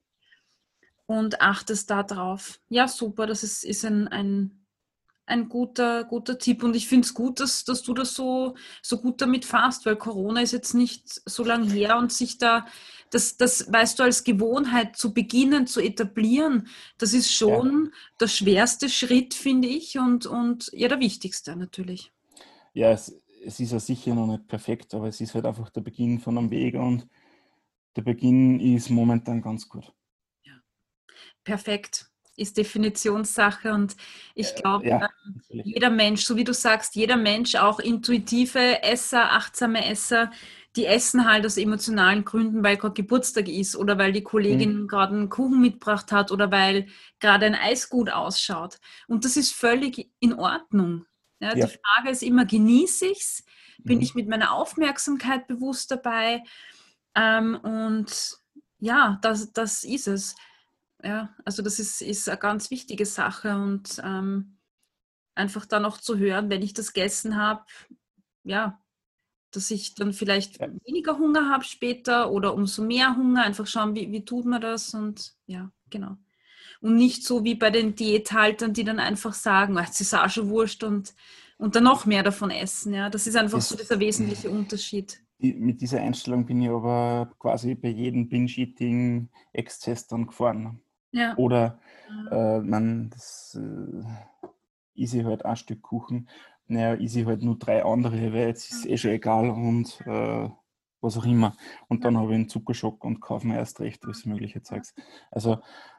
Und achtest da drauf. Ja, super, das ist, ist ein, ein, ein guter, guter Tipp. Und ich finde es gut, dass, dass du das so, so gut damit fährst, weil Corona ist jetzt nicht so lang her und sich da, das, das weißt du, als Gewohnheit zu beginnen, zu etablieren, das ist Ja. schon der schwerste Schritt, finde ich, und, und ja, der wichtigste natürlich. Ja, es, es ist ja sicher noch nicht perfekt, aber es ist halt einfach der Beginn von einem Weg und der Beginn ist momentan ganz gut. Ja. Perfekt. Ist Definitionssache und ich Äh, glaube, ja, ähm, natürlich. jeder Mensch, so wie du sagst, jeder Mensch, auch intuitive Esser, achtsame Esser, die essen halt aus emotionalen Gründen, weil gerade Geburtstag ist oder weil die Hm, Kollegin gerade einen Kuchen mitgebracht hat oder weil gerade ein Eis gut ausschaut. Und das ist völlig in Ordnung. Ja, die ja. Frage ist immer, genieße ich es? Bin Mhm. ich mit meiner Aufmerksamkeit bewusst dabei? Ähm, und ja, das, das ist es. Ja, also das ist, ist eine ganz wichtige Sache und ähm, einfach dann auch zu hören, wenn ich das gegessen habe, ja, dass ich dann vielleicht Ja. weniger Hunger habe später oder umso mehr Hunger, einfach schauen, wie, wie tut man das und ja, genau. Und nicht so wie bei den Diäthaltern, die dann einfach sagen, "Ah, jetzt ist auch schon wurscht und, und dann noch mehr davon essen. Ja, das ist einfach so Das, dieser wesentliche Unterschied. die, mit dieser Einstellung bin ich aber quasi bei jedem Binge-Eating-Exzess dann gefahren. Ja, Oder äh, man, das äh, ist ich halt ein Stück Kuchen, naja, ist ich halt nur drei andere, weil jetzt ist eh schon egal und äh, was auch immer. Und ja, dann habe ich einen Zuckerschock und kaufe mir erst recht alles mögliche Zeugs. Also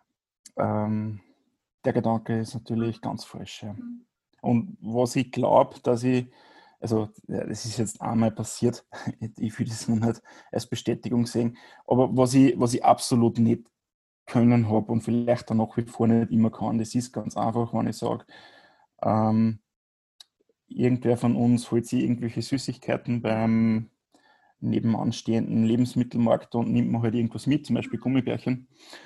ähm, der Gedanke ist natürlich ganz falsch. Ja. Und was ich glaube, dass ich, also ja, das ist jetzt einmal passiert, ich will das noch nicht als Bestätigung sehen, aber was ich, was ich absolut nicht können habe und vielleicht dann nach wie vor nicht immer kann, das ist ganz einfach, wenn ich sage, ähm, irgendwer von uns holt sich irgendwelche Süßigkeiten beim nebenanstehenden Lebensmittelmarkt und nimmt mir halt irgendwas mit, zum Beispiel Gummibärchen.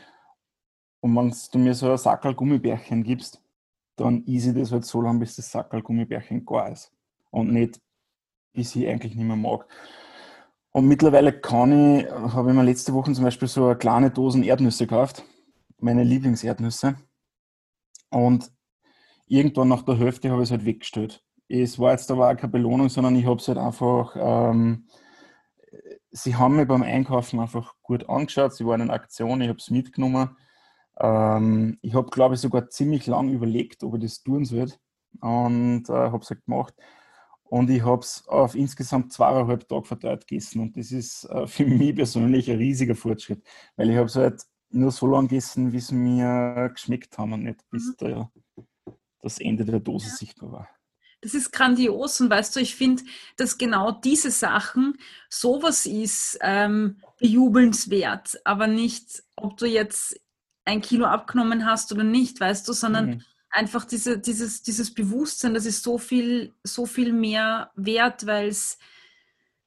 Und wenn du mir so ein Sackerl Gummibärchen gibst, dann esse ich das halt so lange, bis das Sackerl Gummibärchen gar ist. Und nicht, bis ich eigentlich nicht mehr mag. Und mittlerweile kann ich, habe ich mir letzte Woche zum Beispiel so eine kleine Dosen Erdnüsse gekauft. Meine Lieblingserdnüsse. Und irgendwann nach der Hälfte habe ich es halt weggestellt. Es war jetzt aber auch keine Belohnung, sondern ich habe es halt einfach, ähm, sie haben mir beim Einkaufen einfach gut angeschaut, sie waren in Aktion, ich habe es mitgenommen. Ähm, ich habe, glaube ich, sogar ziemlich lang überlegt, ob ich das tun soll und äh, habe es halt gemacht. Und ich habe es auf insgesamt zweieinhalb Tage verteilt gegessen und das ist äh, für mich persönlich ein riesiger Fortschritt, weil ich habe es halt nur so lange gegessen, wie es mir geschmeckt haben und nicht bis der, das Ende der Dose sichtbar war. das ist grandios und weißt du, ich finde, dass genau diese Sachen sowas ist ähm, bejubelnswert, aber nicht, ob du jetzt ein Kilo abgenommen hast oder nicht, weißt du, sondern Mhm. einfach diese, dieses, dieses Bewusstsein, das ist so viel, so viel mehr wert, weil es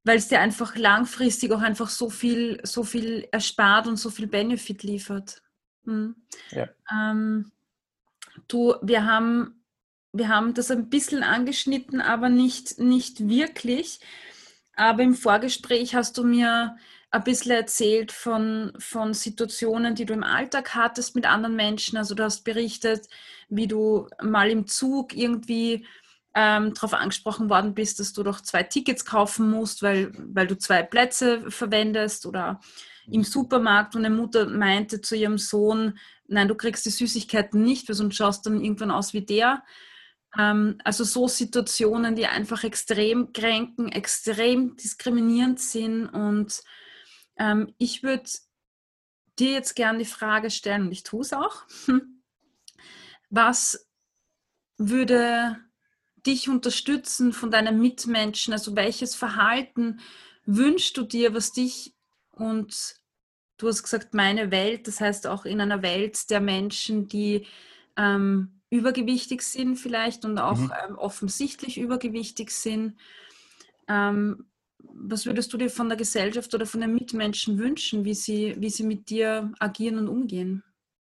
weil es dir einfach langfristig auch einfach so viel, so viel erspart und so viel Benefit liefert. Hm. Ja. Ähm, du, wir haben, wir haben das ein bisschen angeschnitten, aber nicht, nicht wirklich. Aber im Vorgespräch hast du mir ein bisschen erzählt von, von Situationen, die du im Alltag hattest mit anderen Menschen. Also du hast berichtet, wie du mal im Zug irgendwie ähm, darauf angesprochen worden bist, dass du doch zwei Tickets kaufen musst, weil, weil du zwei Plätze verwendest, oder im Supermarkt, und eine Mutter meinte zu ihrem Sohn, nein, du kriegst die Süßigkeiten nicht, weil sonst schaust du dann irgendwann aus wie der. Ähm, also so Situationen, die einfach extrem kränken, extrem diskriminierend sind. Und ähm, ich würde dir jetzt gerne die Frage stellen, und ich tue es auch, was würde dich unterstützen von deinen Mitmenschen? Also welches Verhalten wünschst du dir, was dich, und du hast gesagt, meine Welt, das heißt auch in einer Welt der Menschen, die ähm, übergewichtig sind vielleicht und auch Mhm. ähm, offensichtlich übergewichtig sind. Ähm, was würdest du dir von der Gesellschaft oder von den Mitmenschen wünschen, wie sie, wie sie mit dir agieren und umgehen?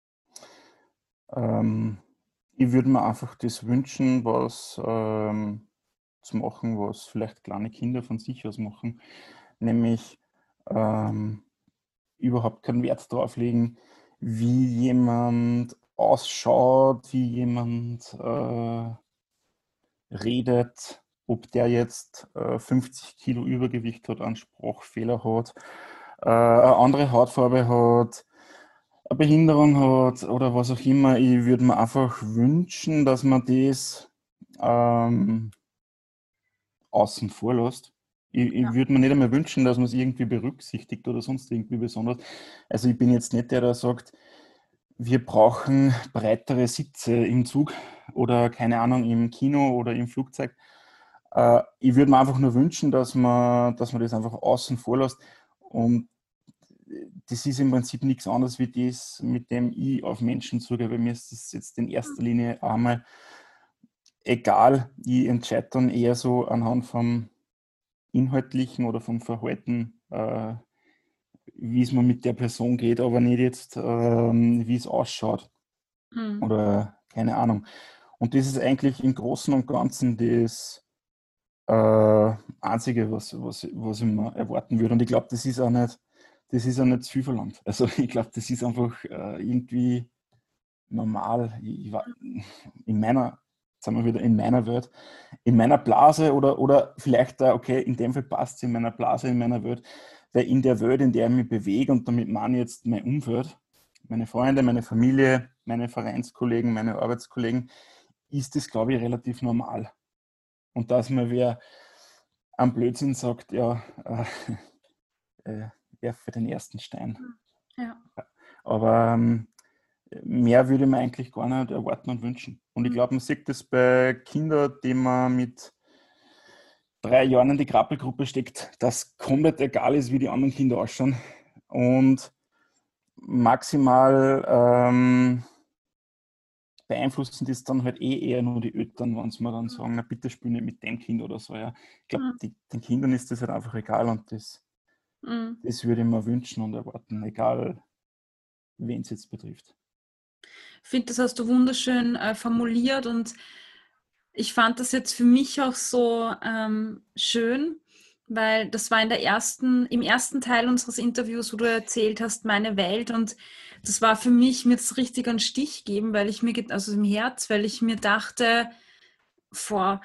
Ähm, ich würde mir einfach das wünschen, was ähm, zu machen, was vielleicht kleine Kinder von sich aus machen, nämlich ähm, überhaupt keinen Wert darauf legen, wie jemand ausschaut, wie jemand äh, redet, ob der jetzt äh, fünfzig Kilo Übergewicht hat, einen Sprachfehler hat, äh, eine andere Hautfarbe hat, eine Behinderung hat oder was auch immer. Ich würde mir einfach wünschen, dass man das ähm, außen vor lässt. Ich, ich würde mir nicht einmal wünschen, dass man es irgendwie berücksichtigt oder sonst irgendwie besonders. Also ich bin jetzt nicht der, der sagt, wir brauchen breitere Sitze im Zug oder keine Ahnung, im Kino oder im Flugzeug. Äh, ich würde mir einfach nur wünschen, dass man, dass man das einfach außen vor lässt. Und das ist im Prinzip nichts anderes wie das, mit dem ich auf Menschen zugehe. Bei mir ist das jetzt in erster Linie einmal egal. Ich entscheide dann eher so anhand vom Inhaltlichen oder vom Verhalten, äh, wie es mir mit der Person geht, aber nicht jetzt, ähm, wie es ausschaut Hm. oder keine Ahnung. Und das ist eigentlich im Großen und Ganzen das äh, Einzige, was, was, was ich mir erwarten würde. Und ich glaube, das ist auch nicht, das ist auch nicht zu viel verlangt. Also ich glaube, das ist einfach äh, irgendwie normal. Ich, ich war, in meiner, jetzt sind wir wieder in meiner Welt, in meiner Blase oder, oder vielleicht, da, okay, in dem Fall passt es in meiner Blase, in meiner Welt, weil in der Welt, in der ich mich bewege, und damit meine ich jetzt mein Umfeld, meine Freunde, meine Familie, meine Vereinskollegen, meine Arbeitskollegen, ist das, glaube ich, relativ normal. Und dass mir wer am Blödsinn sagt, ja, äh, äh, werfe den ersten Stein. Ja. Aber ähm, mehr würde ich mir eigentlich gar nicht erwarten und wünschen. Und ich glaube, man sieht das bei Kindern, die man mit drei Jahren in die Krabbelgruppe steckt, dass komplett egal ist, wie die anderen Kinder ausschauen. Und maximal ähm, beeinflussen das dann halt eh eher nur die Eltern, wenn sie mir dann sagen, na bitte spiel nicht mit dem Kind oder so. Ja. Ich glaube, Hm. den Kindern ist das halt einfach egal, und das, Hm. das würde ich mir wünschen und erwarten, egal wen es jetzt betrifft. Ich finde, das hast du wunderschön äh, formuliert, und ich fand das jetzt für mich auch so ähm, schön, weil das war in der ersten, im ersten Teil unseres Interviews, wo du erzählt hast, meine Welt, und das war für mich, mir jetzt richtig einen Stich geben, weil ich mir, ge- also im Herz, weil ich mir dachte, vor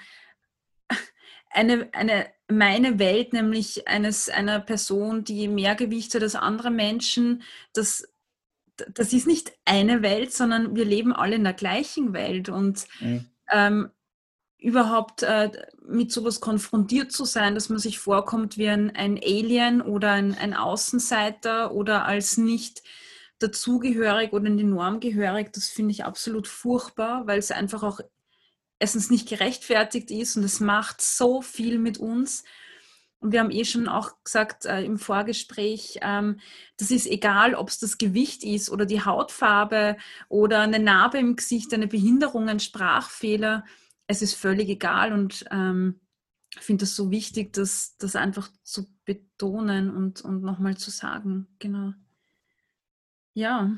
eine, eine, meine Welt, nämlich eines, einer Person, die mehr Gewicht hat als andere Menschen, das, das ist nicht eine Welt, sondern wir leben alle in der gleichen Welt, und Mhm. ähm, überhaupt äh, mit sowas konfrontiert zu sein, dass man sich vorkommt wie ein, ein Alien oder ein, ein Außenseiter oder als nicht dazugehörig oder in die Norm gehörig, das finde ich absolut furchtbar, weil es einfach auch erstens nicht gerechtfertigt ist, und es macht so viel mit uns. Und wir haben eh schon auch gesagt äh, im Vorgespräch, ähm, das ist egal, ob es das Gewicht ist oder die Hautfarbe oder eine Narbe im Gesicht, eine Behinderung, ein Sprachfehler. Es ist völlig egal. Und ähm, ich finde das so wichtig, das, das einfach zu betonen und, und nochmal zu sagen. Genau. Ja,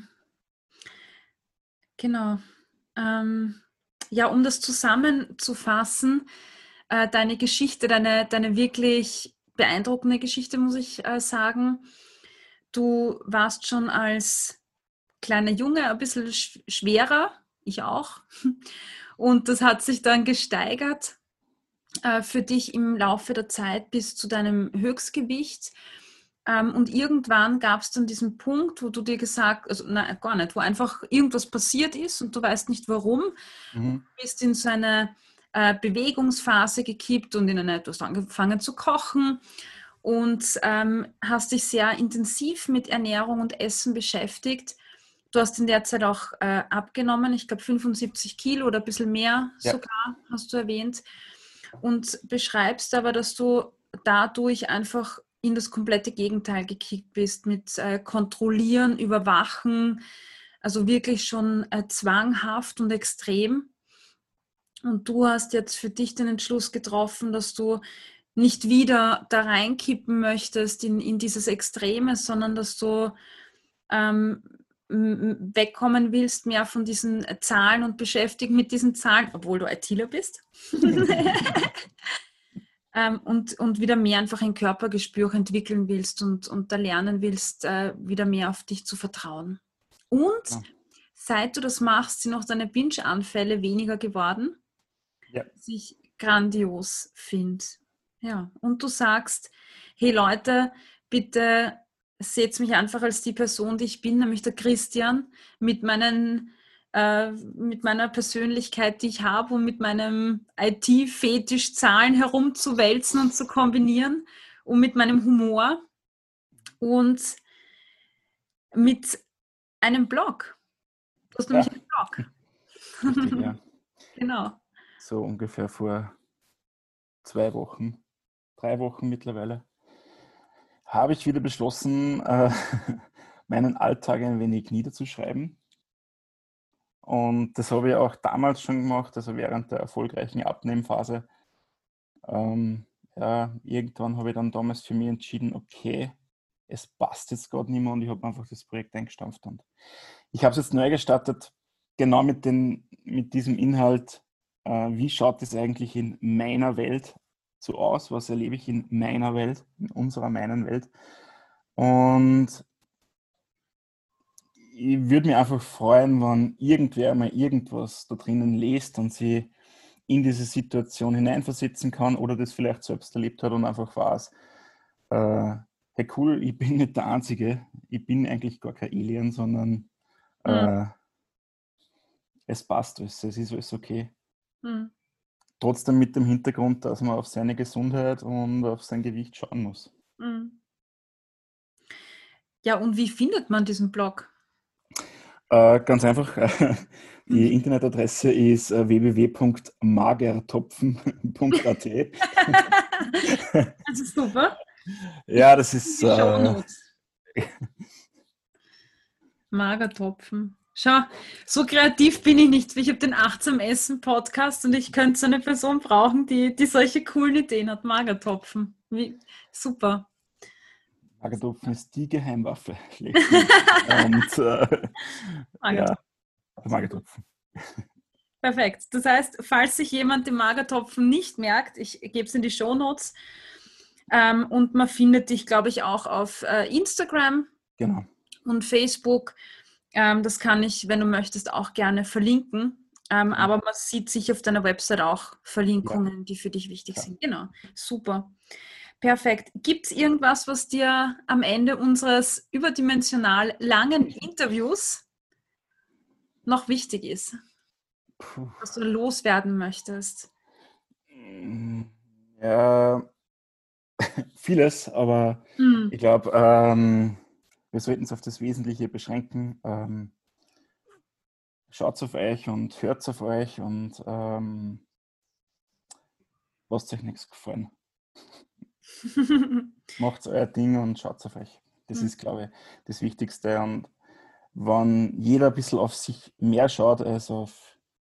genau. Ähm, ja, um das zusammenzufassen, äh, deine Geschichte, deine, deine wirklich beeindruckende Geschichte, muss ich äh, sagen. Du warst schon als kleiner Junge ein bisschen sch- schwerer, ich auch. Und das hat sich dann gesteigert äh, für dich im Laufe der Zeit bis zu deinem Höchstgewicht. Ähm, und irgendwann gab es dann diesen Punkt, wo du dir gesagt, also nein, gar nicht, wo einfach irgendwas passiert ist und du weißt nicht warum. Mhm. Du bist in so eine äh, Bewegungsphase gekippt und in eine, du hast angefangen zu kochen und ähm, hast dich sehr intensiv mit Ernährung und Essen beschäftigt. Du hast in der Zeit auch äh, abgenommen, ich glaube fünfundsiebzig Kilo oder ein bisschen mehr Ja. sogar, hast du erwähnt. Und beschreibst aber, dass du dadurch einfach in das komplette Gegenteil gekickt bist, mit äh, Kontrollieren, Überwachen, also wirklich schon äh, zwanghaft und extrem. Und du hast jetzt für dich den Entschluss getroffen, dass du nicht wieder da reinkippen möchtest in, in dieses Extreme, sondern dass du ähm, wegkommen willst, mehr von diesen Zahlen und beschäftigen mit diesen Zahlen, obwohl du ITler bist. ähm, und, und wieder mehr einfach ein Körpergespür auch entwickeln willst und, und da lernen willst, äh, wieder mehr auf dich zu vertrauen. Und Ja. seit du das machst, sind auch deine Binge-Anfälle weniger geworden, Ja. was ich grandios finde. Ja, und du sagst, hey Leute, bitte seht mich einfach als die Person, die ich bin, nämlich der Christian, mit meinen äh, mit meiner Persönlichkeit, die ich habe und mit meinem I T-Fetisch Zahlen herumzuwälzen und zu kombinieren und mit meinem Humor und mit einem Blog. Du hast Ja, nämlich einen Blog. richtig, ja. Genau. So ungefähr vor zwei Wochen, drei Wochen mittlerweile, habe ich wieder beschlossen, äh, meinen Alltag ein wenig niederzuschreiben. Und das habe ich auch damals schon gemacht, also während der erfolgreichen Abnehmphase. Ähm, ja, irgendwann habe ich dann damals für mich entschieden, okay, es passt jetzt gerade nicht mehr und ich habe einfach das Projekt eingestampft. Und ich habe es jetzt neu gestartet, genau mit, den, mit diesem Inhalt, äh, wie schaut es eigentlich in meiner Welt so aus, was erlebe ich in meiner Welt, in unserer, meinen Welt. Und ich würde mich einfach freuen, wenn irgendwer mal irgendwas da drinnen liest und sie in diese Situation hineinversetzen kann oder das vielleicht selbst erlebt hat und einfach weiß, äh, hey cool, ich bin nicht der Einzige, ich bin eigentlich gar kein Alien, sondern Hm, äh, es passt alles, es ist alles okay. hm, Trotzdem mit dem Hintergrund, dass man auf seine Gesundheit und auf sein Gewicht schauen muss. hm. Ja, und wie findet man diesen Blog? Äh, ganz einfach, die Internetadresse ist äh, w w w punkt magertopfen punkt a t. Das ist super. Ich Ja, das in ist die äh, Shownotes. Magertopfen. Schau, so kreativ bin ich nicht. Ich habe den Achtsam Essen Podcast und ich könnte so eine Person brauchen, die, die solche coolen Ideen hat. Magertopfen. Wie, super. Magertopfen ist die Geheimwaffe schlechthin. Und äh, ja, Magertopfen. Super. Magertopfen. Perfekt. Das heißt, falls sich jemand den Magertopfen nicht merkt, ich gebe es in die Shownotes. Ähm, und man findet dich, glaube ich, auch auf äh, Instagram Genau. und Facebook. Ähm, das kann ich, wenn du möchtest, auch gerne verlinken. Ähm, Mhm. aber man sieht sich auf deiner Website auch Ja, Verlinkungen, die für dich wichtig klar. sind. Genau, super. Perfekt. Gibt es irgendwas, was dir am Ende unseres überdimensional langen Interviews noch wichtig ist, Puh. was du loswerden möchtest? Mm, Ja, vieles, aber Hm. ich glaube, ähm, wir sollten es auf das Wesentliche beschränken. Ähm, schaut auf euch und hört auf euch und ähm, lasst euch nichts gefallen. Macht euer Ding und schaut auf euch. Das ist, glaube ich, das Wichtigste. Und wenn jeder ein bisschen auf sich mehr schaut als auf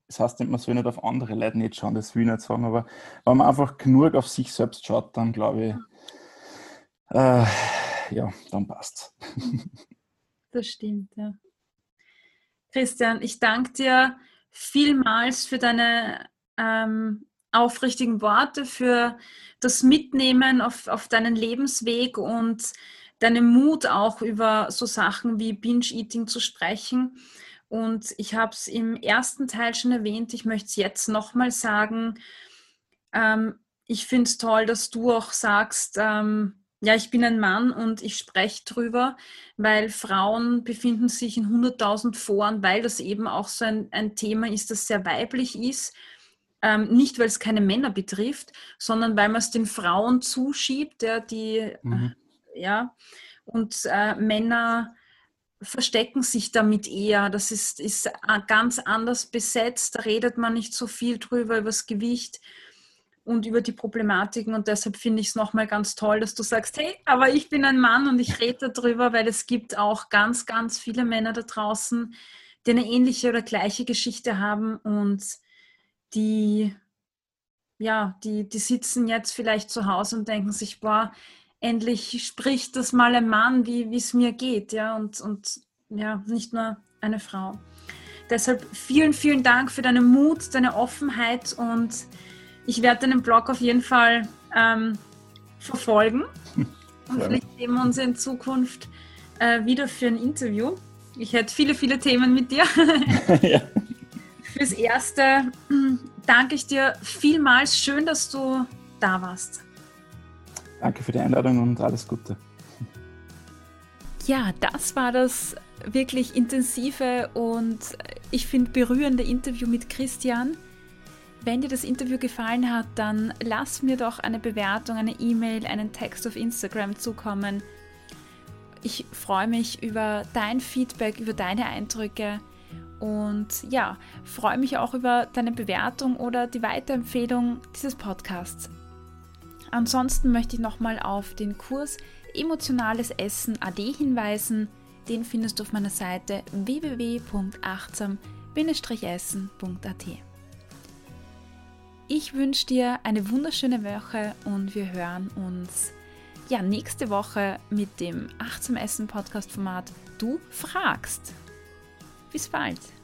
das heißt nicht, man soll nicht auf andere Leute nicht schauen, das will ich nicht sagen, aber wenn man einfach genug auf sich selbst schaut, dann glaube ich, äh, ja, dann passt's. Das stimmt, ja. Christian, ich danke dir vielmals für deine ähm, aufrichtigen Worte, für das Mitnehmen auf, auf deinen Lebensweg und deinen Mut auch über so Sachen wie Binge-Eating zu sprechen. Und ich habe es im ersten Teil schon erwähnt, ich möchte es jetzt nochmal sagen. Ähm, ich finde es toll, dass du auch sagst, ähm, ja, ich bin ein Mann und ich spreche drüber, weil Frauen befinden sich in hunderttausend Foren, weil das eben auch so ein, ein Thema ist, das sehr weiblich ist. Ähm, nicht, weil es keine Männer betrifft, sondern weil man es den Frauen zuschiebt, ja, die, äh, Mhm. ja, und äh, Männer verstecken sich damit eher. Das ist, ist äh, ganz anders besetzt, da redet man nicht so viel drüber, über das Gewicht und über die Problematiken, und deshalb finde ich es nochmal ganz toll, dass du sagst, hey, aber ich bin ein Mann und ich rede darüber, weil es gibt auch ganz, ganz viele Männer da draußen, die eine ähnliche oder gleiche Geschichte haben und die, ja, die, die sitzen jetzt vielleicht zu Hause und denken sich, boah, endlich spricht das mal ein Mann, wie es mir geht, ja, und, und ja, nicht nur eine Frau. Deshalb vielen, vielen Dank für deinen Mut, deine Offenheit, und ich werde deinen Blog auf jeden Fall ähm, verfolgen. Und vielleicht sehen wir uns in Zukunft äh, wieder für ein Interview. Ich hätte viele, viele Themen mit dir. Ja. Fürs Erste danke ich dir vielmals. Schön, dass du da warst. Danke für die Einladung und alles Gute. Ja, das war das wirklich intensive und ich finde berührende Interview mit Christian. Wenn dir das Interview gefallen hat, dann lass mir doch eine Bewertung, eine E-Mail, einen Text auf Instagram zukommen. Ich freue mich über dein Feedback, über deine Eindrücke und ja, freue mich auch über deine Bewertung oder die Weiterempfehlung dieses Podcasts. Ansonsten möchte ich nochmal auf den Kurs Emotionales Essen A D hinweisen. Den findest du auf meiner Seite w w w punkt achtsam Bindestrich essen punkt a t. Ich wünsche dir eine wunderschöne Woche und wir hören uns ja nächste Woche mit dem Achtsam Essen Podcast Format Du fragst. Bis bald!